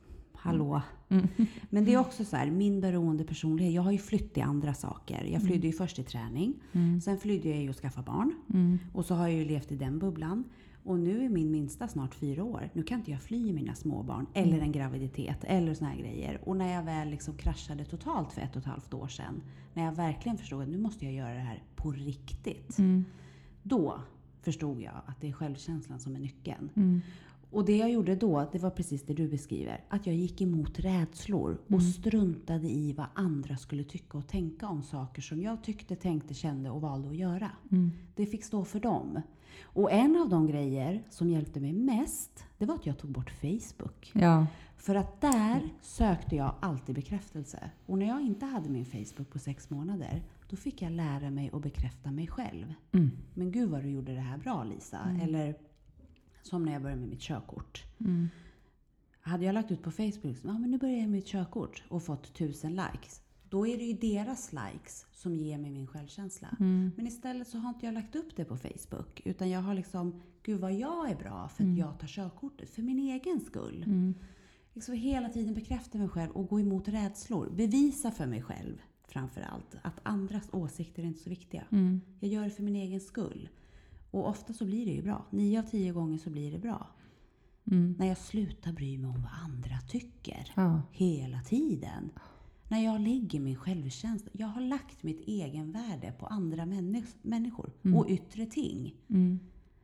hallå. Mm. Men det är också så här, min beroende personlighet. Jag har ju flytt i andra saker. Jag flydde ju först i träning. Mm. Sen flydde jag ju att skaffa barn. Mm. Och så har jag ju levt i den bubblan. Och nu är min minsta snart fyra år. Nu kan inte jag fly mina småbarn. Eller mm. en graviditet. Eller såna här grejer. Och när jag väl liksom kraschade totalt för ett och ett halvt år sedan. När jag verkligen förstod att nu måste jag göra det här på riktigt. Mm. Då förstod jag att det är självkänslan som är nyckeln. Mm. Och det jag gjorde då, det var precis det du beskriver. Att jag gick emot rädslor. Och mm. struntade i vad andra skulle tycka och tänka om saker som jag tyckte, tänkte, kände och valde att göra. Mm. Det fick stå för dem. Och en av de grejer som hjälpte mig mest, det var att jag tog bort Facebook. Ja. För att där sökte jag alltid bekräftelse. Och när jag inte hade min Facebook på sex månader, då fick jag lära mig att bekräfta mig själv. Mm. Men gud vad du gjorde det här bra, Lisa. Mm. Eller som när jag började med mitt körkort. Mm. Hade jag lagt ut på Facebook, ja men nu börjar jag med mitt körkort och fått tusen likes. Då är det ju deras likes som ger mig min självkänsla. Mm. Men istället så har inte jag lagt upp det på Facebook. Utan jag har liksom, gud vad jag är bra för att mm. jag tar körkortet. För min egen skull. Mm. Liksom hela tiden bekräfta mig själv och gå emot rädslor. Bevisa för mig själv framförallt att andras åsikter är inte så viktiga. Mm. Jag gör det för min egen skull. Och ofta så blir det ju bra. Nio av tio gånger så blir det bra. Mm. När jag slutar bry mig om vad andra tycker. Ja. Hela tiden. När jag lägger min självkänsla. Jag har lagt mitt egen värde på andra människ- människor. Mm. Och yttre ting. Mm.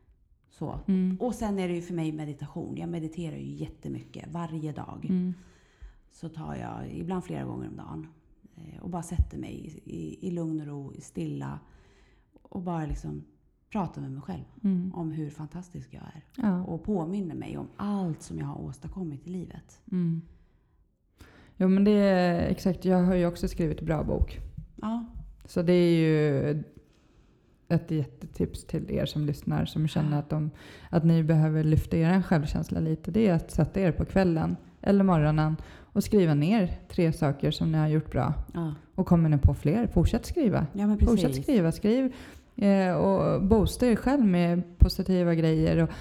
Så. Mm. Och sen är det ju för mig meditation. Jag mediterar ju jättemycket. Varje dag. Mm. Så tar jag ibland flera gånger om dagen. Och bara sätter mig i, i, i lugn och ro. Stilla. Och bara liksom prata med mig själv. Mm. Om hur fantastisk jag är. Ja. Och påminner mig om allt som jag har åstadkommit i livet. Mm. Jo men det är exakt. Jag har ju också skrivit en bra bok. Ja. Så det är ju ett jättetips till er som lyssnar. Som känner att, de, att ni behöver lyfta er självkänsla lite. Det är att sätta er på kvällen eller morgonen. Och skriva ner tre saker som ni har gjort bra. Ja. Och kommer ni på fler, fortsätt skriva. Ja, men precis. Fortsätt skriva, skriv. Eh, och boosta er själv med positiva grejer. Och,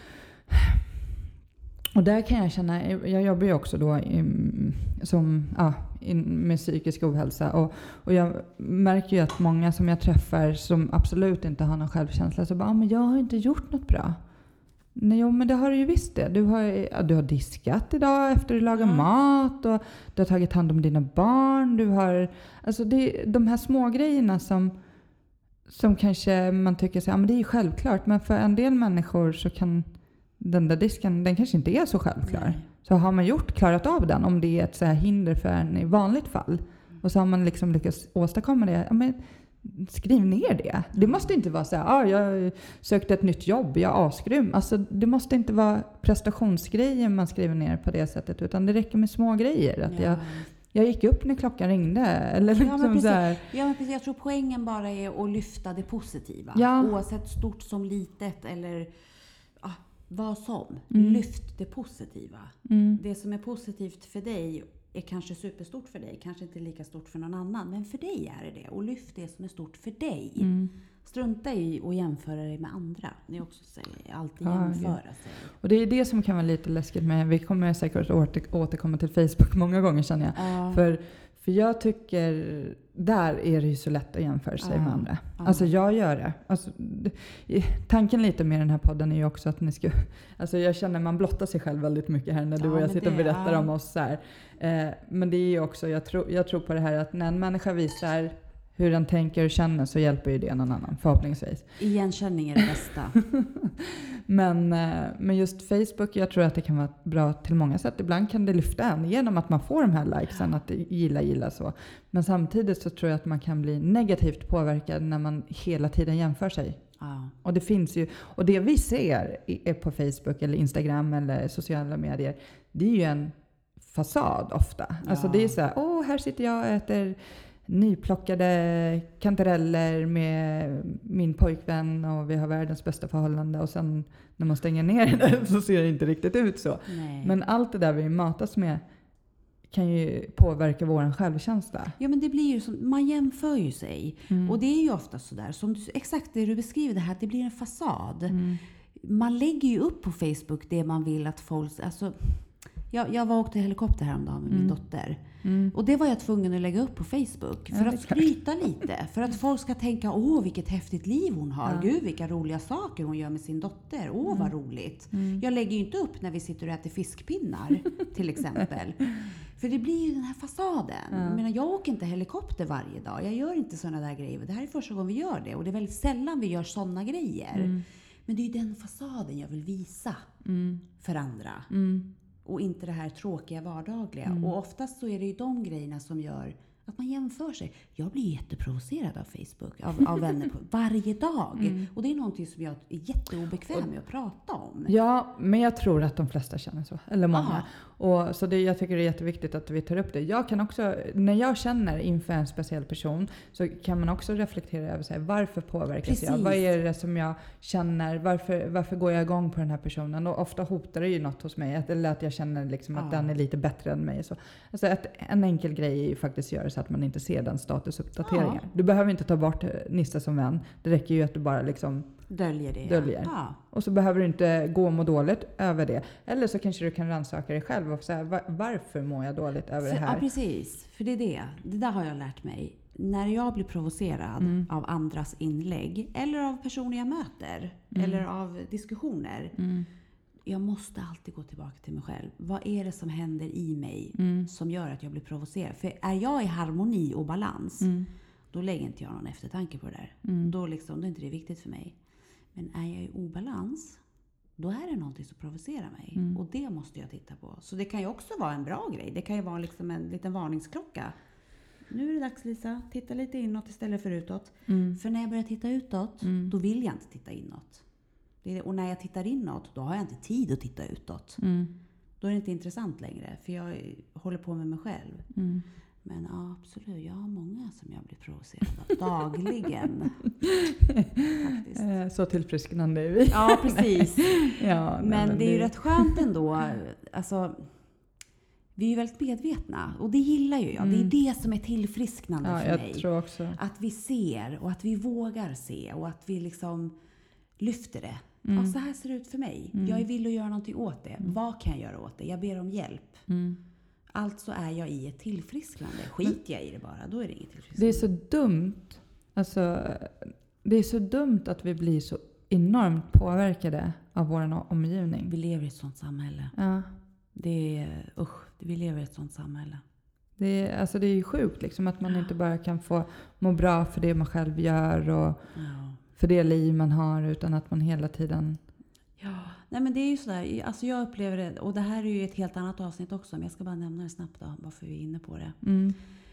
och där kan jag känna, jag jobbar ju också då i, som, ja, in, med psykisk ohälsa. Och, och jag märker ju att många som jag träffar som absolut inte har någon självkänsla. Så bara, ah, men jag har inte gjort något bra. Nej, jo, men det har du ju visst det. Du har, ja, du har diskat idag efter du lagar mm. mat. Och du har tagit hand om dina barn. Du har, alltså det, de här små grejerna som, som kanske man tycker så, ja, men det är ju självklart. Men för en del människor så kan den där disken, den kanske inte är så självklar. Nej. Så har man gjort, klarat av den, om det är ett så här hinder för en i vanligt fall. Och så har man liksom lyckats åstadkomma det. Ja, men skriv ner det. Det måste inte vara så här, ah, jag sökte ett nytt jobb, jag är asgrym. Alltså, det måste inte vara prestationsgrejer man skriver ner på det sättet. Utan det räcker med små grejer. Att ja. jag, jag gick upp när klockan ringde. Eller liksom ja, men precis. Så här. Ja, men precis. Jag tror poängen bara är att lyfta det positiva. Ja. Oavsett stort som litet eller ah, vad som. Mm. Lyft det positiva. Mm. Det som är positivt för dig är kanske superstort för dig. Kanske inte lika stort för någon annan. Men för dig är det det. Och lyft det som är stort för dig. Mm. Strunta i att jämföra dig med andra. Det är också säger, alltid Ja, jämföra det. sig. Och det är det som kan vara lite läskigt med. Vi kommer säkert åter, återkomma till Facebook många gånger känner jag. Ja. För, för jag tycker, där är det ju så lätt att jämföra sig Ja. med andra. Ja. Alltså jag gör det. Alltså, det. Tanken lite med den här podden är ju också att ni ska... Alltså jag känner man blottar sig själv väldigt mycket här när du Ja, och jag men sitter och det- berättar ja. om oss så här. Eh, men det är ju också, jag, tro, jag tror på det här att när en människa visar hur den tänker och känner så hjälper ju det någon annan, förhoppningsvis. Igenkänning är det bästa. Men, eh, men just Facebook, jag tror att det kan vara bra till många sätt. Ibland kan det lyfta en genom att man får de här likesen, att gilla, gilla så. Men samtidigt så tror jag att man kan bli negativt påverkad när man hela tiden jämför sig. Ja. Och det finns ju, och det vi ser i- är på Facebook eller Instagram eller sociala medier, det är ju en fasad ofta. Alltså Ja. det är så här, åh här sitter jag och äter nyplockade kantareller med min pojkvän och vi har världens bästa förhållande, och sen när man stänger ner det så ser det inte riktigt ut så. Nej. Men allt det där vi matas med kan ju påverka vår självkänsla. Ja, men det blir ju som, man jämför ju sig. Mm. Och det är ju ofta sådär, som du, exakt det du beskriver det här, att det blir en fasad. Mm. Man lägger ju upp på Facebook det man vill att folk... Alltså, jag, jag var och åkte helikopter häromdagen med min Mm. dotter. Mm. Och det var jag tvungen att lägga upp på Facebook. Ja, För det att är klart. skryta lite. För att folk ska tänka, åh vilket häftigt liv hon har. Ja. Gud vilka roliga saker hon gör med sin dotter. Åh vad roligt. Mm. Jag lägger ju inte upp när vi sitter och äter fiskpinnar till exempel. För det blir ju den här fasaden. Ja. Jag menar, jag åker inte helikopter varje dag. Jag gör inte sådana där grejer. Det här är första gången vi gör det. Och det är väldigt sällan vi gör sådana grejer. Mm. Men det är ju den fasaden jag vill visa Mm. för andra. Mm. Och inte det här tråkiga vardagliga. Mm. Och oftast så är det ju de grejerna som gör att man jämför sig. Jag blir jätteprovocerad av Facebook, av, av vänner på, varje dag. Mm. Och det är någonting som jag är jätteobekväm med att prata om. Ja, men jag tror att de flesta känner så. Eller många. Ja. Och så det, jag tycker det är jätteviktigt att vi tar upp det. Jag kan också, när jag känner inför en speciell person så kan man också reflektera över så här, varför påverkas jag? Precis. Vad är det som jag känner? Varför, varför går jag igång på den här personen? Och ofta hotar det ju något hos mig. Att, eller att jag känner liksom att Ja. den är lite bättre än mig. Så, alltså att en enkel grej är ju faktiskt att göra så att man inte ser den statusuppdateringen. Ja. Du behöver inte ta bort Nissa som vän. Det räcker ju att du bara liksom... Döljer det. Döljer. Ja. Och så behöver du inte gå och må dåligt över det. Eller så kanske du kan rannsaka dig själv och säga, var, varför mår jag dåligt över För, det ja, här? precis. För det är det. Det där har jag lärt mig. När jag blir provocerad Mm. av andras inlägg, eller av personer jag möter, Mm. eller av diskussioner. Mm. Jag måste alltid gå tillbaka till mig själv. Vad är det som händer i mig Mm. som gör att jag blir provocerad? För är jag i harmoni och balans, Mm. då lägger inte jag någon eftertanke på det där. Mm. Då, liksom, då är inte det viktigt för mig. Men är jag i obalans, då är det någonting som provocerar mig. Mm. Och det måste jag titta på. Så det kan ju också vara en bra grej. Det kan ju vara liksom en liten varningsklocka. Nu är det dags, Lisa, titta lite inåt istället för utåt. Mm. För när jag börjar titta utåt, Mm. då vill jag inte titta inåt. Det är, och när jag tittar inåt, då har jag inte tid att titta utåt. Mm. Då är det inte intressant längre, för jag håller på med mig själv. Mm. Men ja, absolut, jag har många som jag blir provocerad av dagligen. Faktiskt. Eh, Så tillfrisknande är vi. Ja, precis. Ja, nej, Men det är ju rätt skönt ändå. Alltså, vi är ju väldigt medvetna. Och det gillar ju jag. Mm. Det är det som är tillfrisknande Ja, för jag mig. tror också. Att vi ser och att vi vågar se. Och att vi liksom lyfter det. Mm. Ja, så här ser det ut för mig. Mm. Jag vill att göra någonting åt det. Vad kan jag göra åt det? Jag ber om hjälp. Mm. Alltså är jag i ett tillfrisknande. Skiter jag i det bara, då är det inget Det tillfrisknande. är så dumt. Alltså, det är så dumt att vi blir så enormt påverkade av vår omgivning. Vi lever i ett sånt samhälle. Ja. Det är, usch, vi lever i ett sånt samhälle. Det är, alltså det är ju sjukt liksom, att man inte bara kan få må bra för det man själv gör och Ja. för det liv man har, utan att man hela tiden... Ja, nej men det är ju sådär, alltså jag upplever det, och det här är ju ett helt annat avsnitt också, men jag ska bara nämna det snabbt då, varför vi är inne på det. Mm.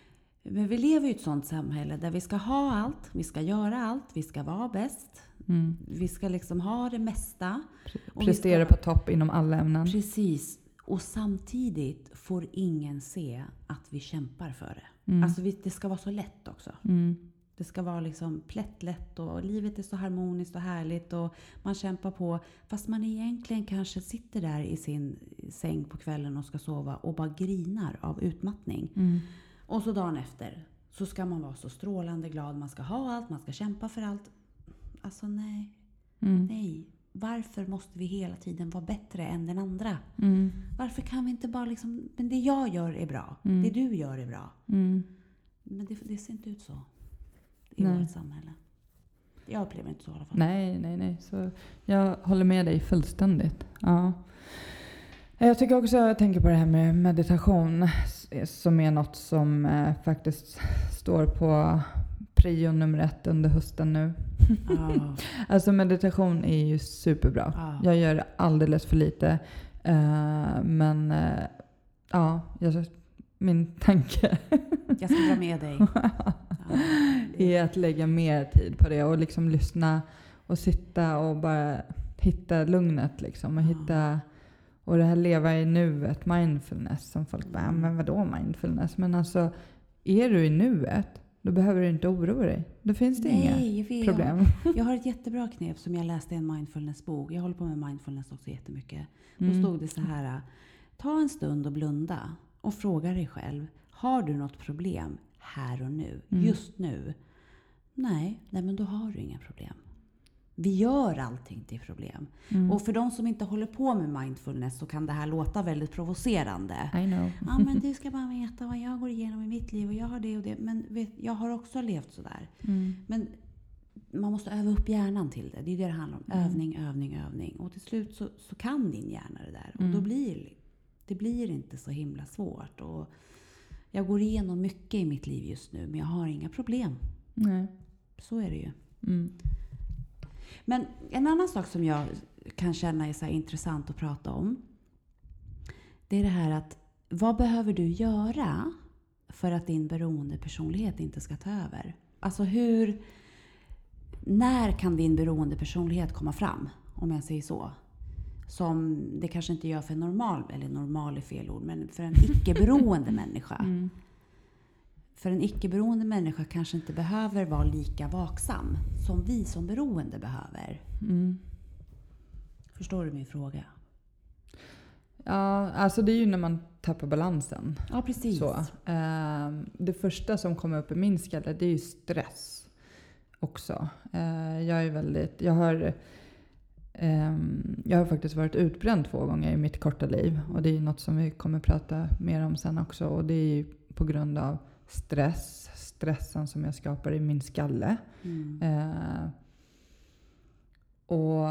Men vi lever i ett sånt samhälle där vi ska ha allt, vi ska göra allt, vi ska vara bäst, Mm. vi ska liksom ha det mesta. Och vi Prestera ska- på topp inom alla ämnen. Precis. Och samtidigt får ingen se att vi kämpar för det. Mm. Alltså vi, det ska vara så lätt också. Mm. Det ska vara liksom plättlätt och livet är så harmoniskt och härligt och man kämpar på. Fast man egentligen kanske sitter där i sin säng på kvällen och ska sova och bara grinar av utmattning. Mm. Och så dagen efter så ska man vara så strålande glad. Man ska ha allt, man ska kämpa för allt. Alltså nej, Mm. nej. Varför måste vi hela tiden vara bättre än den andra? Mm. Varför kan vi inte bara liksom, men det jag gör är bra. Mm. Det du gör är bra. Mm. Men det, det ser inte ut så i Nej. vårt samhälle. Jag upplever inte så i alla fall. Nej, nej, nej. Så jag håller med dig fullständigt. Ja. Jag tycker också, jag tänker på det här med meditation som är något som eh, faktiskt står på prio nummer ett under hösten nu. Ah. Alltså meditation är ju superbra. Ah. Jag gör det alldeles för lite. Eh, men eh, ja, jag, min tanke Jag ska dra med dig. Ja. är att lägga mer tid på det och liksom lyssna och sitta och bara hitta lugnet liksom och hitta och det här leva i nuet, mindfulness som folk bara, men vadå mindfulness? Men alltså, är du i nuet, då behöver du inte oroa dig. Då finns det Nej, inga jag, problem. jag har ett jättebra knep som jag läste i en mindfulnessbok. Jag håller på med mindfulness också jättemycket. Mm. Då stod det så här: ta en stund och blunda och fråga dig själv, har du något problem här och nu, Mm. just nu? Nej, nej, men då har du inga problem. Vi gör allting till problem. Mm. Och för de som inte håller på med mindfulness så kan det här låta väldigt provocerande. I know. Ja, men du ska bara veta vad jag går igenom i mitt liv och jag har det och det. Men vet, jag har också levt sådär. Mm. Men man måste öva upp hjärnan till det. Det är det det handlar om. Mm. Övning, övning, övning. Och till slut så, så kan din hjärna det där. Och Mm. då blir det blir inte så himla svårt. Och jag går igenom mycket i mitt liv just nu. Men jag har inga problem. Nej. Så är det ju. Mm. Men en annan sak som jag kan känna är så här intressant att prata om. Det är det här att vad behöver du göra för att din beroendepersonlighet inte ska ta över? Alltså hur, när kan din beroendepersonlighet komma fram? Om jag säger så. Som det kanske inte gör för en normal, eller normal är fel ord, men för en icke-beroende människa. Mm. För en icke-beroende människa kanske inte behöver vara lika vaksam som vi som beroende behöver. Mm. Förstår du min fråga? Ja, alltså det är ju när man tappar balansen. Ja, precis. Så, eh, det första som kommer upp i min skalle, det är ju stress också. Eh, jag är väldigt, jag har, eh, jag har faktiskt varit utbränd två gånger i mitt korta liv. Och det är något som vi kommer prata mer om sen också. Och det är ju på grund av stress, stressen som jag skapar i min skalle. Mm. Eh, och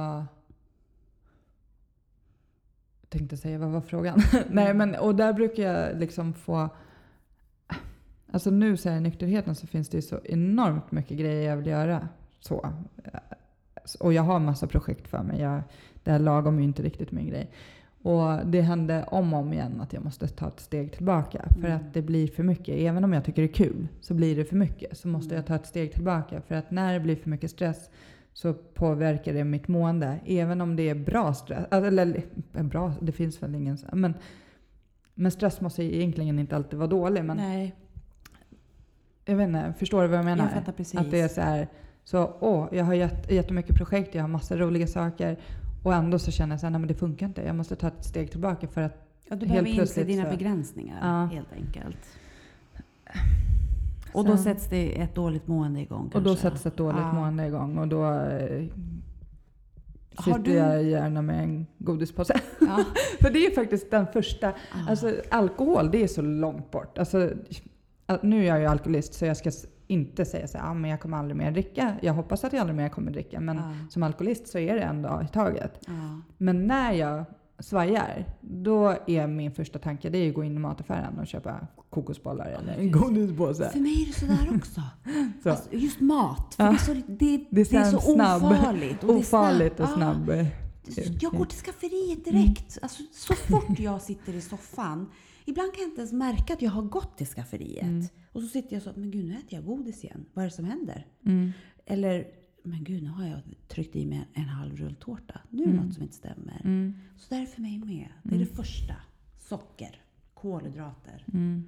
jag tänkte säga, vad var frågan? Nej, men och där brukar jag liksom få, alltså nu så här i nykterheten så finns det ju så enormt mycket grejer jag vill göra. Så. Och jag har en massa projekt för mig. Jag, det här lagom är ju inte riktigt min grej. Och det hände om och om igen att jag måste ta ett steg tillbaka. För Mm. att det blir för mycket. Även om jag tycker det är kul så blir det för mycket. Så måste Mm. jag ta ett steg tillbaka. För att när det blir för mycket stress så påverkar det mitt mående. Även om det är bra stress. Eller bra, det finns väl ingen. Men, men stress måste egentligen inte alltid vara dålig. Men Nej, jag vet inte, förstår du vad jag menar? jag fattar precis. Att det är så här, så åh, jag har jätt, jättemycket projekt, jag har massa roliga saker. Och ändå så känner jag så här, nej men det funkar inte. Jag måste ta ett steg tillbaka för att ja, du helt behöver inse plötsligt dina så- begränsningar Ja. helt enkelt. Och då Så- sätts det ett dåligt mående igång kanske. Och då sätts ett dåligt Ja. mående igång. Och då eh, Har sitter du- jag gärna med en godispåse. Ja. För det är faktiskt den första. Ah. Alltså alkohol, det är så långt bort. Alltså, att nu är jag ju alkoholist så jag ska s- inte säga så här, ah, men jag kommer aldrig mer dricka. Jag hoppas att jag aldrig mer kommer dricka. Men Ja. som alkoholist så är det en dag i taget. Ja. Men när jag svajar, då är min första tanke det är att gå in i mataffären och köpa kokosbollar eller en godispåse. För mig är det sådär också. Så. Alltså, just mat. För Ja. det är så, det, det, Det är det är så sen snabb. ofarligt. Och det är Ofarligt och Ja. snabb. eh, Jag går till skafferiet direkt. Alltså, så fort jag sitter i soffan. Ibland kan jag inte ens märka att jag har gått till skafferiet. Mm. Och så sitter jag så, men gud nu äter jag godis igen. Vad är det som händer? Mm. Eller, men gud nu har jag tryckt i mig en, en halv rulltårta. Nu är det Mm. något som inte stämmer. Mm. Så det är för mig med. Det är Mm. det första. socker, kolhydrater. Mm.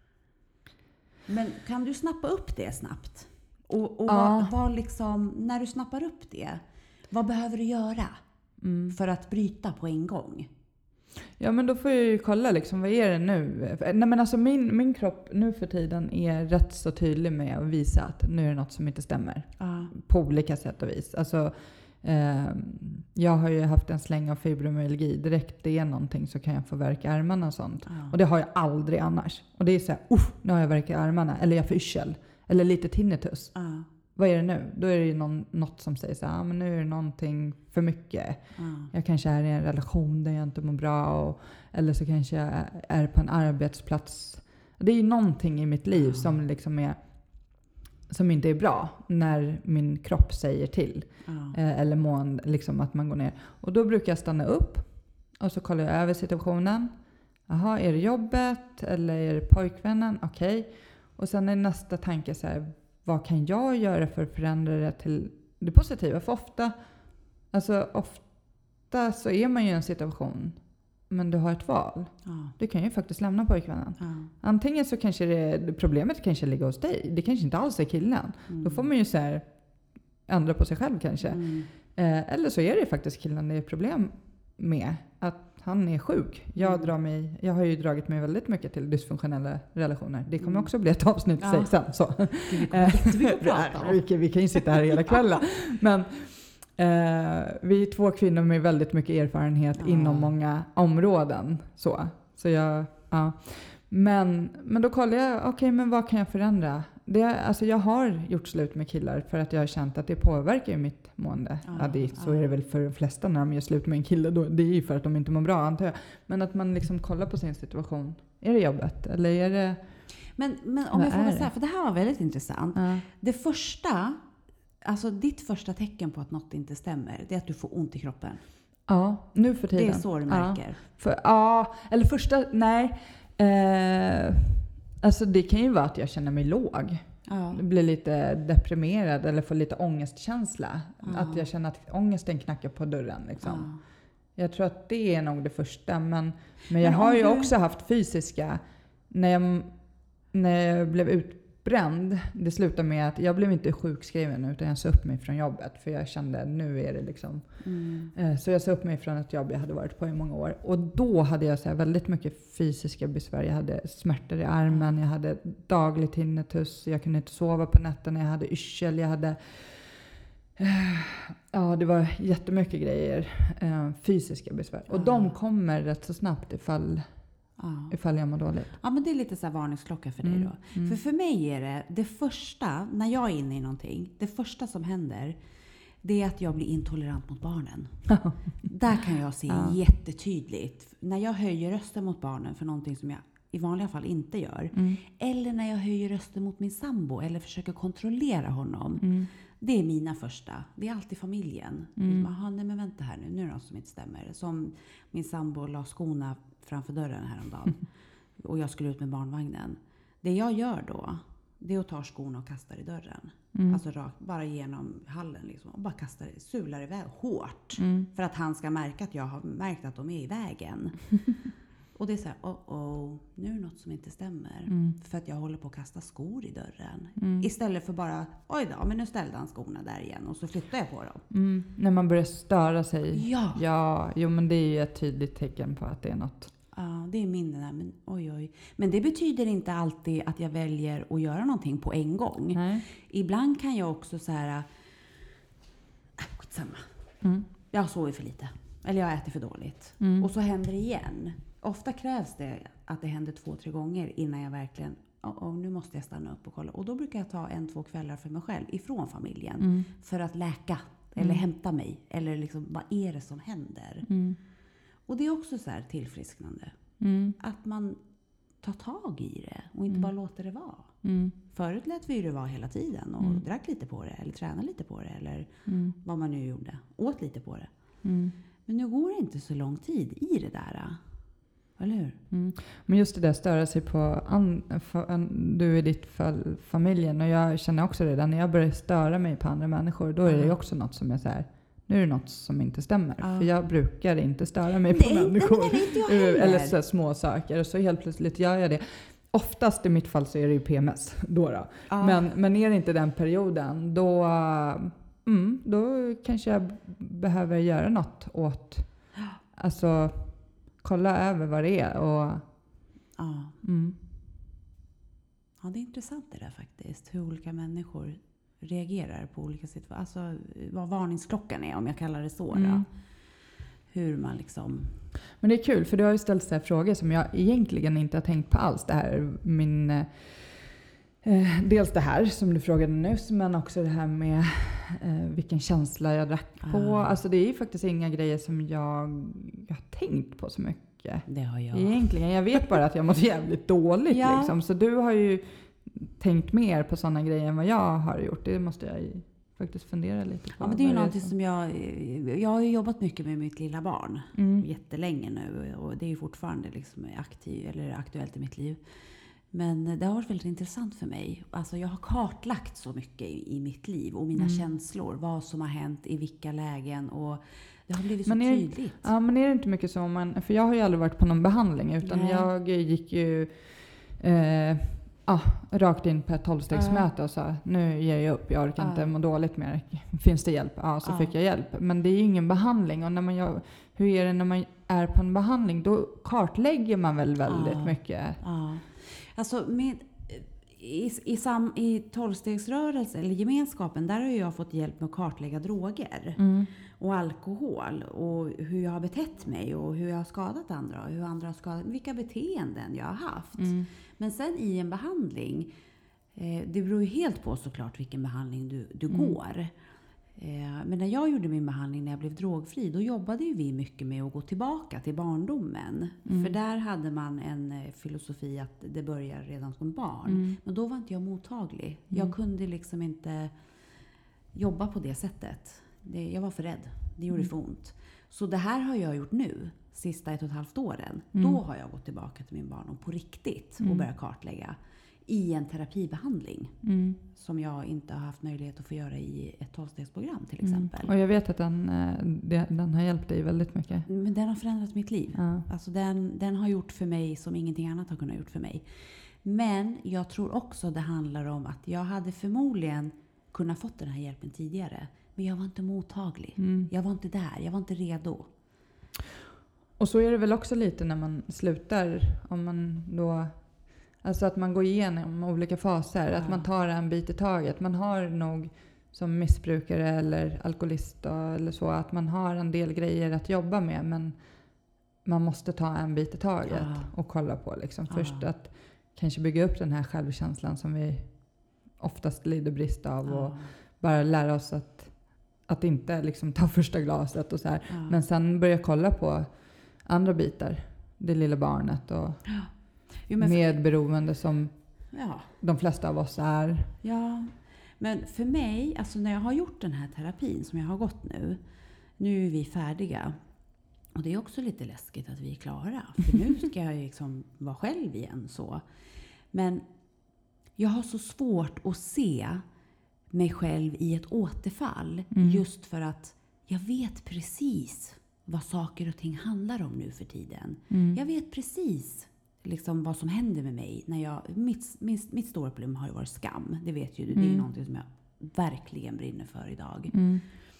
Men kan du snappa upp det snabbt? Och, och Ja. vad, vad liksom, när du snappar upp det, vad behöver du göra Mm. för att bryta på en gång? Ja, men då får jag ju kolla liksom, vad är det nu? Nej, men alltså min, min kropp nu för tiden är rätt så tydlig med att visa att nu är det något som inte stämmer. Ja. På olika sätt och vis. Alltså, eh, jag har ju haft en släng av fibromyalgi. Direkt det är någonting så kan jag få värk i armarna och sånt. Ja. Och det har jag aldrig annars. Och det är så här, uff, nu har jag värk i armarna. Eller jag får yrsel. Eller lite tinnitus. Ja. Vad är det nu? Då är det ju någon, något som säger så här, ah, men nu är det någonting för mycket. Ja. Jag kanske är i en relation där jag inte mår bra. Och, eller så kanske jag är på en arbetsplats. Det är ju någonting i mitt liv Ja. som liksom är som inte är bra när min kropp säger till. Ja. Eh, eller mån, liksom att man går ner. Och då brukar jag stanna upp. Och så kollar jag över situationen. Jaha, är det jobbet? Eller är det pojkvännen? Okej. Okay. Och sen är nästa tanke så här. Vad kan jag göra för att förändra det till det positiva? För ofta, alltså ofta så är man ju i en situation. Men du har ett val. Ja. Du kan ju faktiskt lämna pojkvännen. Ja. Antingen så kanske det, problemet kanske ligger hos dig. Det kanske inte alls är killen. Mm. Då får man ju så här ändra på sig själv kanske. Mm. Eh, eller så är det faktiskt killen det är problem med. Att han är sjuk. Jag, Mm. drar mig, jag har ju dragit mig väldigt mycket till dysfunktionella relationer. Det kommer Mm. också bli ett avsnitt för Ja. sig sen. Så. Vi kommer jättemycket att prata om. vi, kan, vi kan ju sitta här hela kvällen. Men eh, vi är två kvinnor med väldigt mycket erfarenhet Ja. inom många områden. Så, så jag, ja. men, men då kollar jag, okej okay, men vad kan jag förändra? Det, alltså jag har gjort slut med killar för att jag har känt att det påverkar ju mitt mående. Ja, Ja, det, så ja. är det väl för de flesta när de gör slut med en kille. Då, det är ju för att de inte mår bra antar jag. Men att man liksom kollar på sin situation. Är det jobbet? Eller är det... Men, men om Vad jag får är väl det? säga, för det här var väldigt intressant. Ja. Det första, alltså ditt första tecken på att något inte stämmer, det är att du får ont i kroppen. Ja, nu för tiden. Det är så du märker. Ja, för, ja eller första, nej. Eh, alltså det kan ju vara att jag känner mig låg. Ja. Blir lite deprimerad eller får lite ångestkänsla. Ja. Att jag känner att ångesten knackar på dörren. Liksom. Ja. Jag tror att det är nog det första. Men, men jag Men har om ju du- också haft fysiska. När jag, när jag blev utbränd. Det slutade med att jag blev inte sjukskriven utan jag sa upp mig från jobbet. För jag kände att nu är det liksom. Mm. Eh, Så jag sa upp mig från ett jobb jag hade varit på i många år. Och då hade jag så här väldigt mycket fysiska besvär. Jag hade smärtor i armen. Jag hade daglig tinnitus. Jag kunde inte sova på nätterna. Jag hade yrsel. Jag hade... eh, Ja, det var jättemycket grejer. eh, Fysiska besvär. Och Ja. de kommer rätt så snabbt ifall, Ja. ifall jag mår dåligt. Ja, men det är lite så här varningsklocka för dig Mm, då. mm. För för mig är det, det första, när jag är inne i någonting, det första som händer, det är att jag blir intolerant mot barnen. Där kan jag se Ja. jättetydligt. När jag höjer rösten mot barnen för någonting som jag i vanliga fall inte gör. Mm. Eller när jag höjer rösten mot min sambo eller försöker kontrollera honom. Mm. Det är mina första. Det är alltid familjen. Mm. Aha, nej men vänta här nu, nu är det något som inte stämmer. Som min sambo la skorna framför dörren häromdagen. Och jag skulle ut med barnvagnen. Det jag gör då, det är att ta skorna och kastar i dörren. Mm. Alltså rakt, bara genom hallen liksom. Och bara kastar, sular iväg hårt. Mm. För att han ska märka att jag har märkt att de är i vägen. Och det är så här, oh oh, nu är det något som inte stämmer. Mm. För att jag håller på att kasta skor i dörren. Mm. Istället för bara, oj då, men nu ställde han skorna där igen. Och så flyttar jag på dem. Mm. När man börjar störa sig. Ja. Ja, jo men det är ju ett tydligt tecken på att det är något. Ja, det är min där, men oj oj. Men det betyder inte alltid att jag väljer att göra någonting på en gång. Nej. Ibland kan jag också så här, äh, skitsamma. Mm. Jag har sovit för lite. Eller jag äter för dåligt. Mm. Och så händer det igen. Ofta krävs det att det händer två, tre gånger innan jag verkligen, oh, oh, nu måste jag stanna upp och kolla. Och då brukar jag ta en, två kvällar för mig själv ifrån familjen. Mm. För att läka. Eller Mm. hämta mig. Eller liksom, vad är det som händer? Mm. Och det är också så här tillfrisknande. Mm. Att man tar tag i det och inte Mm. bara låter det vara. Mm. Förut lät vi ju det vara hela tiden och Mm. drack lite på det eller tränade lite på det eller Mm. vad man nu gjorde. Åt lite på det. Mm. Men nu går det inte så lång tid i det där. Eller hur? Mm. Men just det där störa sig på an, för, an, du i ditt fall familjen och jag känner också det där när jag börjar störa mig på andra människor då är det ju Ja. också något som är så här nu är det något som inte stämmer. Ja. För jag brukar inte störa mig på Nej, människor. nej, nej, inte jag heller. Eller så små saker. Och så helt plötsligt gör jag det. Oftast i mitt fall så är det ju P M S. Då då. Ja. Men, men är det inte den perioden, då, mm, då kanske jag behöver göra något åt. Alltså kolla över vad det är. Och, Ja. mm. Ja, det är intressant det där faktiskt. Hur olika människor reagerar på olika situationer. Alltså vad varningsklockan är, om jag kallar det så. Mm. Då. Hur man liksom... Men det är kul, för du har ju ställt så här frågor som jag egentligen inte har tänkt på alls. Det här, min, eh, dels det här som du frågade nyss, men också det här med eh, vilken känsla jag drack på. Ah. Alltså det är ju faktiskt inga grejer som jag, jag har tänkt på så mycket. Det har jag. Egentligen, jag vet bara att jag mått jävligt dåligt. Ja. Liksom. Så du har ju tänkt mer på sådana grejer än vad jag har gjort. Det måste jag ju faktiskt fundera lite på. Ja, men det är ju Vad någonting som... som jag... Jag har ju jobbat mycket med mitt lilla barn. Mm. Jättelänge nu. Och det är ju fortfarande liksom aktiv, eller aktuellt i mitt liv. Men det har varit väldigt intressant för mig. Alltså jag har kartlagt så mycket i, i mitt liv. Och mina Mm. känslor. Vad som har hänt, i vilka lägen. Och det har blivit så Men är, tydligt. ja, men är det inte mycket så? Man, för jag har ju aldrig varit på någon behandling. Utan Nej. jag gick ju eh, ah, rakt in på ett tolvstegsmöte och sa nu ger jag upp. Jag orkar Ja. inte må dåligt mer. Finns det hjälp? Ja, så Ja. fick jag hjälp. Men det är ju ingen behandling. Och när man gör, hur är det när man är på en behandling? Då kartlägger man väl väldigt Ja. mycket. Ja. Alltså med, i, i, sam, i tolvstegsrörelsen eller gemenskapen, där har jag fått hjälp med att kartlägga droger Mm. och alkohol och hur jag har betett mig och hur jag har skadat andra och hur andra har skadat, vilka beteenden jag har haft. Mm. Men sen i en behandling, eh, det beror ju helt på såklart vilken behandling du, du Mm. går. Eh, men när jag gjorde min behandling när jag blev drogfri, då jobbade ju vi mycket med att gå tillbaka till barndomen. Mm. För där hade man en eh, filosofi att det börjar redan som barn. Mm. Men då var inte jag mottaglig. Mm. Jag kunde liksom inte jobba på det sättet. Det, jag var för rädd. Det gjorde Mm. för ont. Så det här har jag gjort nu, sista ett och ett halvt åren. Mm. Då har jag gått tillbaka till min barndom på riktigt Mm. och börjat kartlägga i en terapibehandling. Mm. Som jag inte har haft möjlighet att få göra i ett tolvstegsprogram till Mm. exempel. Och jag vet att den, eh, det- den har hjälpt dig väldigt mycket. Men den har förändrat mitt liv. Ja. Alltså den, den har gjort för mig som ingenting annat har kunnat gjort för mig. Men jag tror också det handlar om att jag hade förmodligen kunnat fått den här hjälpen tidigare. Men jag var inte mottaglig. Mm. Jag var inte där. Jag var inte redo. Och så är det väl också lite när man slutar. Om man då, alltså att man går igenom olika faser. Ja. Att man tar en bit i taget. Man har nog som missbrukare eller alkoholist då, eller så. Att man har en del grejer att jobba med. Men man måste ta en bit i taget Ja. och kolla på. Liksom. Ja. Först att kanske bygga upp den här självkänslan som vi oftast lider brist av. Och Ja. bara lära oss att, att inte liksom ta första glaset och så här. Ja. Men sen börja kolla på andra bitar. Det lilla barnet och Jo, men för, medberoende som ja. de flesta av oss är. Ja, men för mig, alltså när jag har gjort den här terapin som jag har gått nu, nu är vi färdiga. Och det är också lite läskigt att vi är klara. För nu ska jag liksom vara själv igen så. Men jag har så svårt att se mig själv i ett återfall. Mm. Just för att jag vet precis vad saker och ting handlar om nu för tiden. Mm. Jag vet precis liksom vad som händer med mig. När jag, mitt, mitt, mitt stora problem har ju varit skam. Det vet ju du. Det är ju Mm. någonting som jag verkligen brinner för idag. Mm.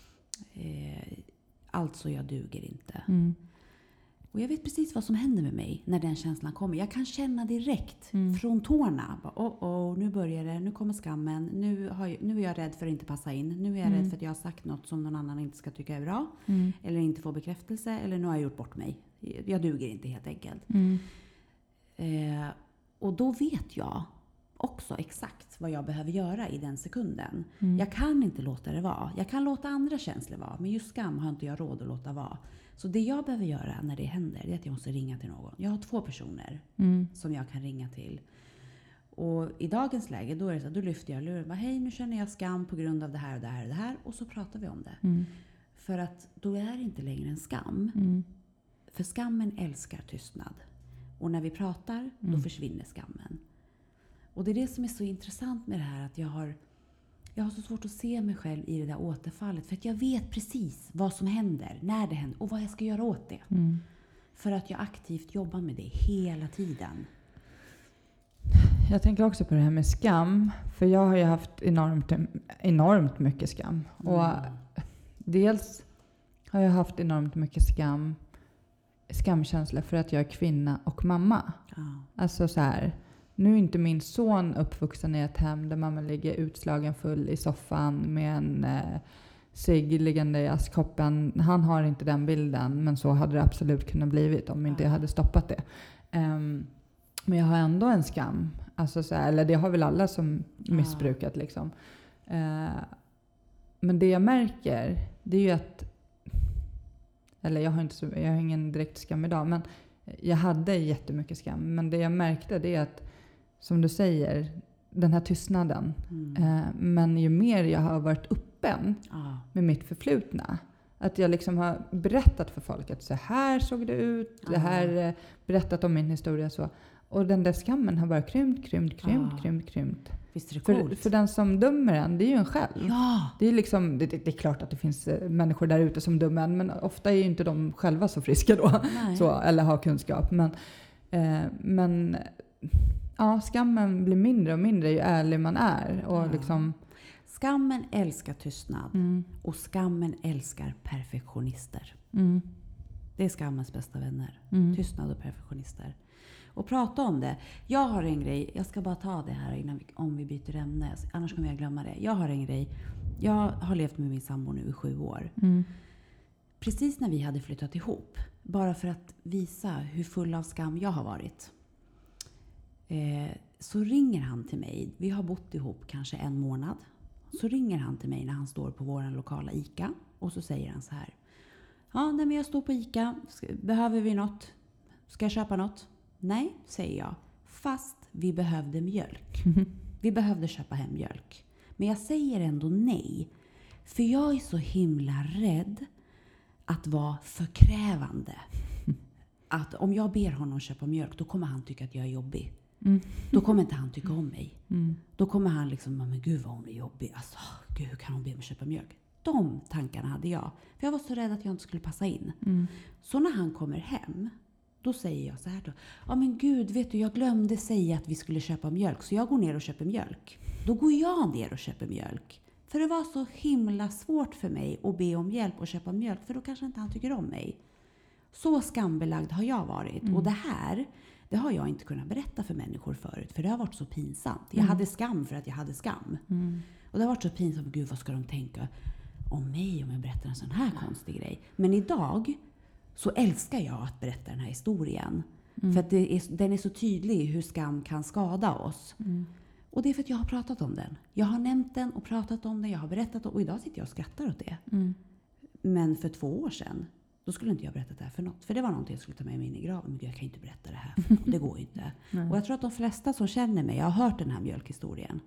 Eh, alltså jag duger inte. Mm. Och jag vet precis vad som händer med mig när den känslan kommer. Jag kan känna direkt Mm. från tårna. Bara, oh, oh, nu börjar det. Nu kommer skammen. Nu, har jag, nu är jag rädd för att inte passa in. Nu är jag Mm. rädd för att jag har sagt något som någon annan inte ska tycka är bra. Mm. Eller inte få bekräftelse. Eller nu har jag gjort bort mig. Jag duger inte helt enkelt. Mm. Eh, och då vet jag också exakt vad jag behöver göra i den sekunden. Mm. Jag kan inte låta det vara. Jag kan låta andra känslor vara. Men just skam har inte jag råd att låta vara. Så det jag behöver göra när det händer, det är att jag måste ringa till någon. Jag har två personer Mm. som jag kan ringa till. Och i dagens läge, då är det så att då lyfter jag luren. Bara, hej, nu känner jag skam på grund av det här och det här och det här. Och så pratar vi om det. Mm. För att då är det inte längre en skam. Mm. För skammen älskar tystnad. Och när vi pratar, då Mm. försvinner skammen. Och det är det som är så intressant med det här. Att jag har jag har så svårt att se mig själv i det där återfallet. För att jag vet precis vad som händer, när det händer och vad jag ska göra åt det. Mm. För att jag aktivt jobbar med det hela tiden. Jag tänker också på det här med skam. För jag har ju haft enormt, enormt mycket skam. Mm. Och dels har jag haft enormt mycket skam, skamkänsla för att jag är kvinna och mamma. Ja. Alltså så här, nu är inte min son uppvuxen i ett hem där mamma ligger utslagen full i soffan med en eh, cigg liggande i askkoppen. Han har inte den bilden, men så hade det absolut kunnat blivit om inte jag hade stoppat det. Um, men jag har ändå en skam. Alltså så här, eller det har väl alla som missbrukat liksom. Uh, men det jag märker, det är ju att, eller jag har, inte så, jag har ingen direkt skam idag, men jag hade jättemycket skam. Men det jag märkte, det är att, som du säger, den här tystnaden. Mm. Uh, men ju mer jag har varit öppen ah. med mitt förflutna, att jag liksom har berättat för folk att så här såg det ut, ah. det här, berättat om min historia så. Och den där skammen har bara krympt, krympt, krympt, ah. krympt, krympt. Visst är det för, för den som dömer en, det är ju en själv. Ja. Det är liksom, det, det är klart att det finns människor där ute som dömer en, men ofta är ju inte de själva så friska då. Så, eller har kunskap. Men, eh, men ja, skammen blir mindre och mindre ju ärlig man är. Och ja. liksom, skammen älskar tystnad. Mm. Och skammen älskar perfektionister. Mm. Det är skammens bästa vänner. Mm. Tystnad och perfektionister. Och prata om det. Jag har en grej. Jag ska bara ta det här innan vi, om vi byter ämne. Annars kommer jag glömma det. Jag har en grej. Jag har levt med min sambo nu i sju år. Mm. Precis när vi hade flyttat ihop. Bara för att visa hur full av skam jag har varit. Eh, så ringer han till mig. Vi har bott ihop kanske en månad. Så ringer han till mig när han står på vår lokala ICA. Och så säger han så här. Ja, nej, men jag står på ICA. Behöver vi något? Ska jag köpa något? Nej, säger jag. Fast vi behövde mjölk. Vi behövde köpa hem mjölk. Men jag säger ändå nej. För jag är så himla rädd att vara förkrävande. Att om jag ber honom köpa mjölk, då kommer han tycka att jag är jobbig. Mm. Då kommer inte han tycka om mig. Mm. Då kommer han liksom, men gud vad hon är jobbig. Alltså, gud, hur kan hon be mig köpa mjölk? De tankarna hade jag. För jag var så rädd att jag inte skulle passa in. Mm. Så när han kommer hem, då säger jag så här då. Ja men gud, vet du, jag glömde säga att vi skulle köpa mjölk. Så jag går ner och köper mjölk. Då går jag ner och köper mjölk. För det var så himla svårt för mig att be om hjälp och köpa mjölk. För då kanske inte han tycker om mig. Så skambelagd har jag varit. Mm. Och det här, det har jag inte kunnat berätta för människor förut. För det har varit så pinsamt. Jag mm. hade skam för att jag hade skam. Mm. Och det har varit så pinsamt. Gud, vad ska de tänka om mig om jag berättar en sån här konstig grej. Men idag så älskar jag att berätta den här historien. Mm. För att det är, den är så tydlig hur skam kan skada oss. Mm. Och det är för att jag har pratat om den. Jag har nämnt den och pratat om den. Jag har berättat om, och idag sitter jag och skrattar åt det. Mm. Men för två år sedan, då skulle inte jag berätta det här för något. För det var någonting jag skulle ta med mig in i graven. Men jag kan inte berätta det här för något. Det går ju inte. Mm. Och jag tror att de flesta som känner mig, jag har hört den här mjölkhistorien.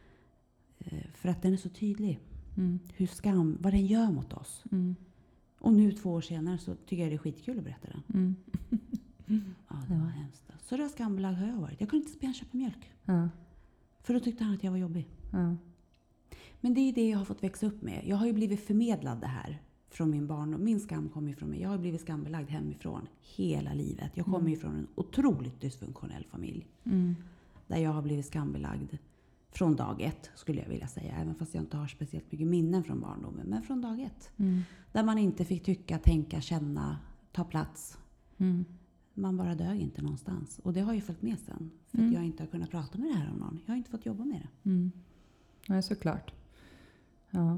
För att den är så tydlig. Mm. Hur skam, vad den gör mot oss. Mm. Och nu två år senare så tycker jag det är skitkul att berätta den. Mm. Ja, det var hemskt. Så det skambelagd har jag varit. Jag kunde inte be han köpa mjölk. Ja. För då tyckte han att jag var jobbig. Ja. Men det är det jag har fått växa upp med. Jag har ju blivit förmedlad det här från min barn. Min skam kommer ju från mig. Jag har blivit skambelagd hemifrån hela livet. Jag kommer mm. ju från en otroligt dysfunktionell familj. Mm. Där jag har blivit skambelagd från dag ett, skulle jag vilja säga. Även fast jag inte har speciellt mycket minnen från barndomen. Men från dag ett. Mm. Där man inte fick tycka, tänka, känna, ta plats. Mm. Man bara dög inte någonstans. Och det har ju följt med sen. För mm. att jag inte har kunnat prata med det här om någon. Jag har inte fått jobba med det. Mm. Ja, såklart. Ja.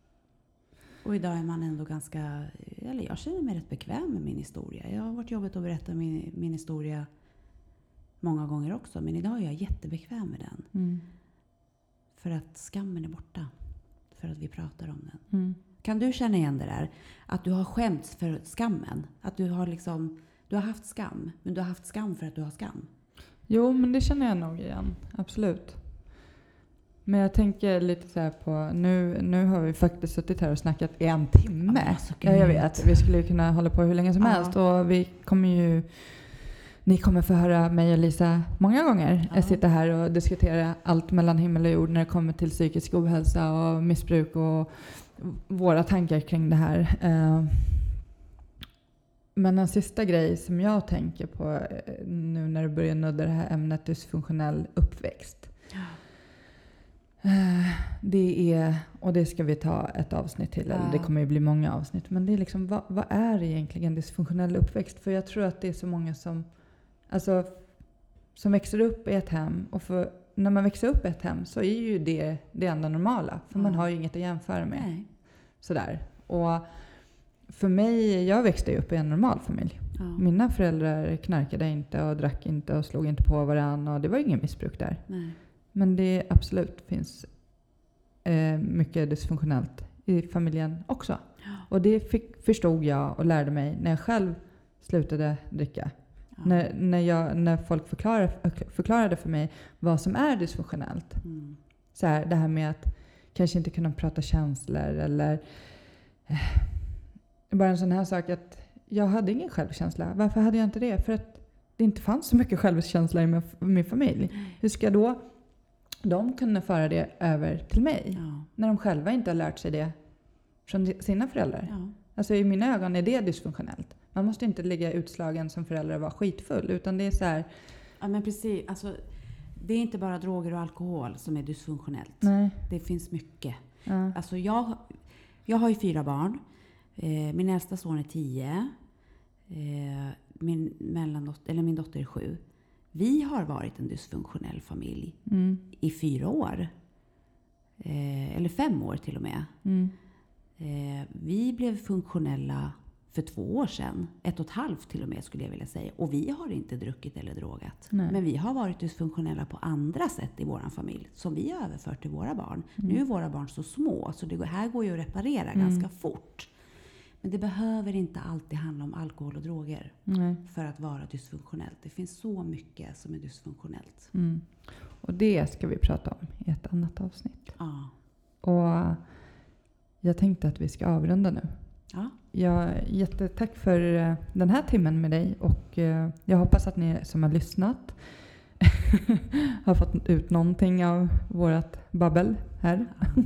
Och idag är man ändå ganska... Eller jag känner mig rätt bekväm med min historia. Jag har varit jobbigt att berätta min, min historia många gånger också. Men idag är jag jättebekväm med den. Mm. För att skammen är borta. För att vi pratar om den. Mm. Kan du känna igen det där? Att du har skämts för skammen? Att du har liksom... Du har haft skam, men du har haft skam för att du har skam. Jo, men det känner jag nog igen. Absolut. Men jag tänker lite så här på... Nu, nu har vi faktiskt suttit här och snackat i en timme. Oh, ja, jag vet. Vi skulle ju kunna hålla på hur länge som ja. helst. Och vi kommer ju ni kommer få höra mig och Lisa många gånger. Ja. Jag sitter här och diskuterar allt mellan himmel och jord när det kommer till psykisk ohälsa och missbruk och våra tankar kring det här. Uh, Men en sista grej som jag tänker på nu när du börjar nudda det här ämnet dysfunktionell uppväxt. Ja. Det är, och det ska vi ta ett avsnitt till, ja. eller det kommer ju bli många avsnitt. Men det är liksom, vad, vad är egentligen dysfunktionell uppväxt? För jag tror att det är så många som, alltså, som växer upp i ett hem. Och för, när man växer upp i ett hem så är ju det det enda normala. För ja. man har ju inget att jämföra med. Nej. Sådär. Och för mig, jag växte upp i en normal familj. Ja. Mina föräldrar knarkade inte och drack inte och slog inte på varandra. Och det var ingen missbruk där. Nej. Men det absolut finns eh, mycket dysfunktionellt i familjen också. Ja. Och det fick, förstod jag och lärde mig när jag själv slutade dricka. Ja. När, när, jag, när folk förklarade, förklarade för mig vad som är dysfunktionellt. Mm. Så här, det här med att kanske inte kunna prata känslor eller... Eh, bara en sån här sak att jag hade ingen självkänsla. Varför hade jag inte det? För att det inte fanns så mycket självkänsla i min, min familj. Hur ska då de kunna föra det över till mig? Ja. När de själva inte har lärt sig det från sina föräldrar. Ja. Alltså i mina ögon är det dysfunktionellt. Man måste inte lägga utslagen som föräldrar var skitfull. Utan det är så här... Ja men precis. Alltså, det är inte bara droger och alkohol som är dysfunktionellt. Nej. Det finns mycket. Ja. Alltså jag, jag har ju fyra barn. Eh, min äldsta son är tio. Eh, min, mellandotter, eller min dotter är sju. Vi har varit en dysfunktionell familj mm. i fyra år. Eh, eller fem år till och med. Mm. Eh, vi blev funktionella för två år sedan. Ett och ett halvt till och med skulle jag vilja säga. Och vi har inte druckit eller drogat. Nej. Men vi har varit dysfunktionella på andra sätt i vår familj. Som vi har överfört till våra barn. Mm. Nu är våra barn så små. Så det här går ju att reparera mm. ganska fort. Men det behöver inte alltid handla om alkohol och droger. Nej. För att vara dysfunktionellt. Det finns så mycket som är dysfunktionellt. Mm. Och det ska vi prata om i ett annat avsnitt. Ja. Och jag tänkte att vi ska avrunda nu. Ja. Jag jättetack för den här timmen med dig. Och jag hoppas att ni som har lyssnat har fått ut någonting av vårat babbel här. Ja.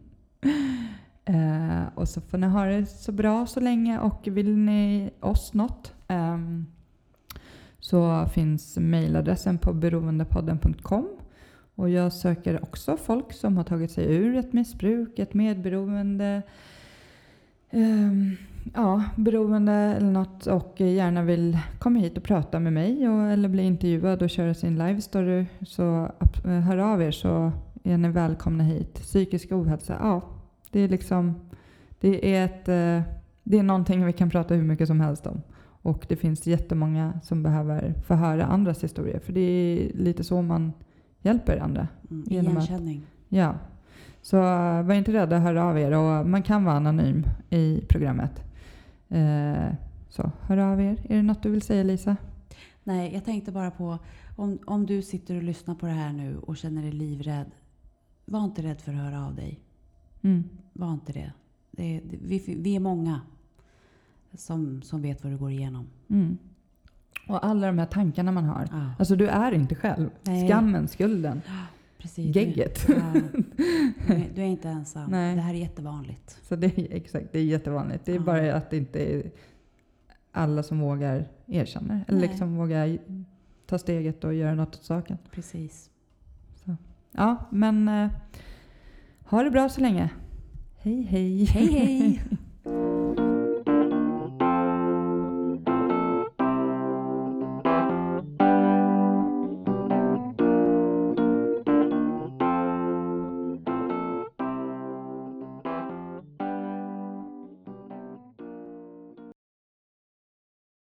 Uh, och så får ni ha det så bra så länge. Och vill ni oss något um, så finns mejladressen på beroendepodden punkt com. Och jag söker också folk som har tagit sig ur ett missbruk, ett medberoende, um, ja, beroende eller något. Och gärna vill komma hit och prata med mig och, eller bli intervjuad och köra sin live story. Så uh, hör av er så är ni välkomna hit. Psykisk ohälsa, ja. Det är liksom, det är ett, det är någonting vi kan prata hur mycket som helst om. Och det finns jättemånga som behöver få höra andras historier. För det är lite så man hjälper andra. Mm, igenkänning. Att, ja. Så var inte rädda att höra av er. Och man kan vara anonym i programmet. Eh, så hör av er. Är det något du vill säga, Lisa? Nej, jag tänkte bara på om, om du sitter och lyssnar på det här nu och känner dig livrädd. Var inte rädd för att höra av dig. Mm. Var inte det. det, det vi, vi är många som, som vet vad du går igenom. Mm. Och alla de här tankarna man har. Ja. Alltså du är inte själv. Nej. Skammen, skulden. Precis. Gegget. Ja. Du, är, du är inte ensam. Nej. Det här är jättevanligt. Så det är, exakt, det är jättevanligt. Det är ja. bara att det inte är alla som vågar erkänna. Eller Nej. liksom vågar ta steget och göra något åt saken. Precis. Så. Ja, men... Ha det bra så länge. Hej, hej. Hej, hej.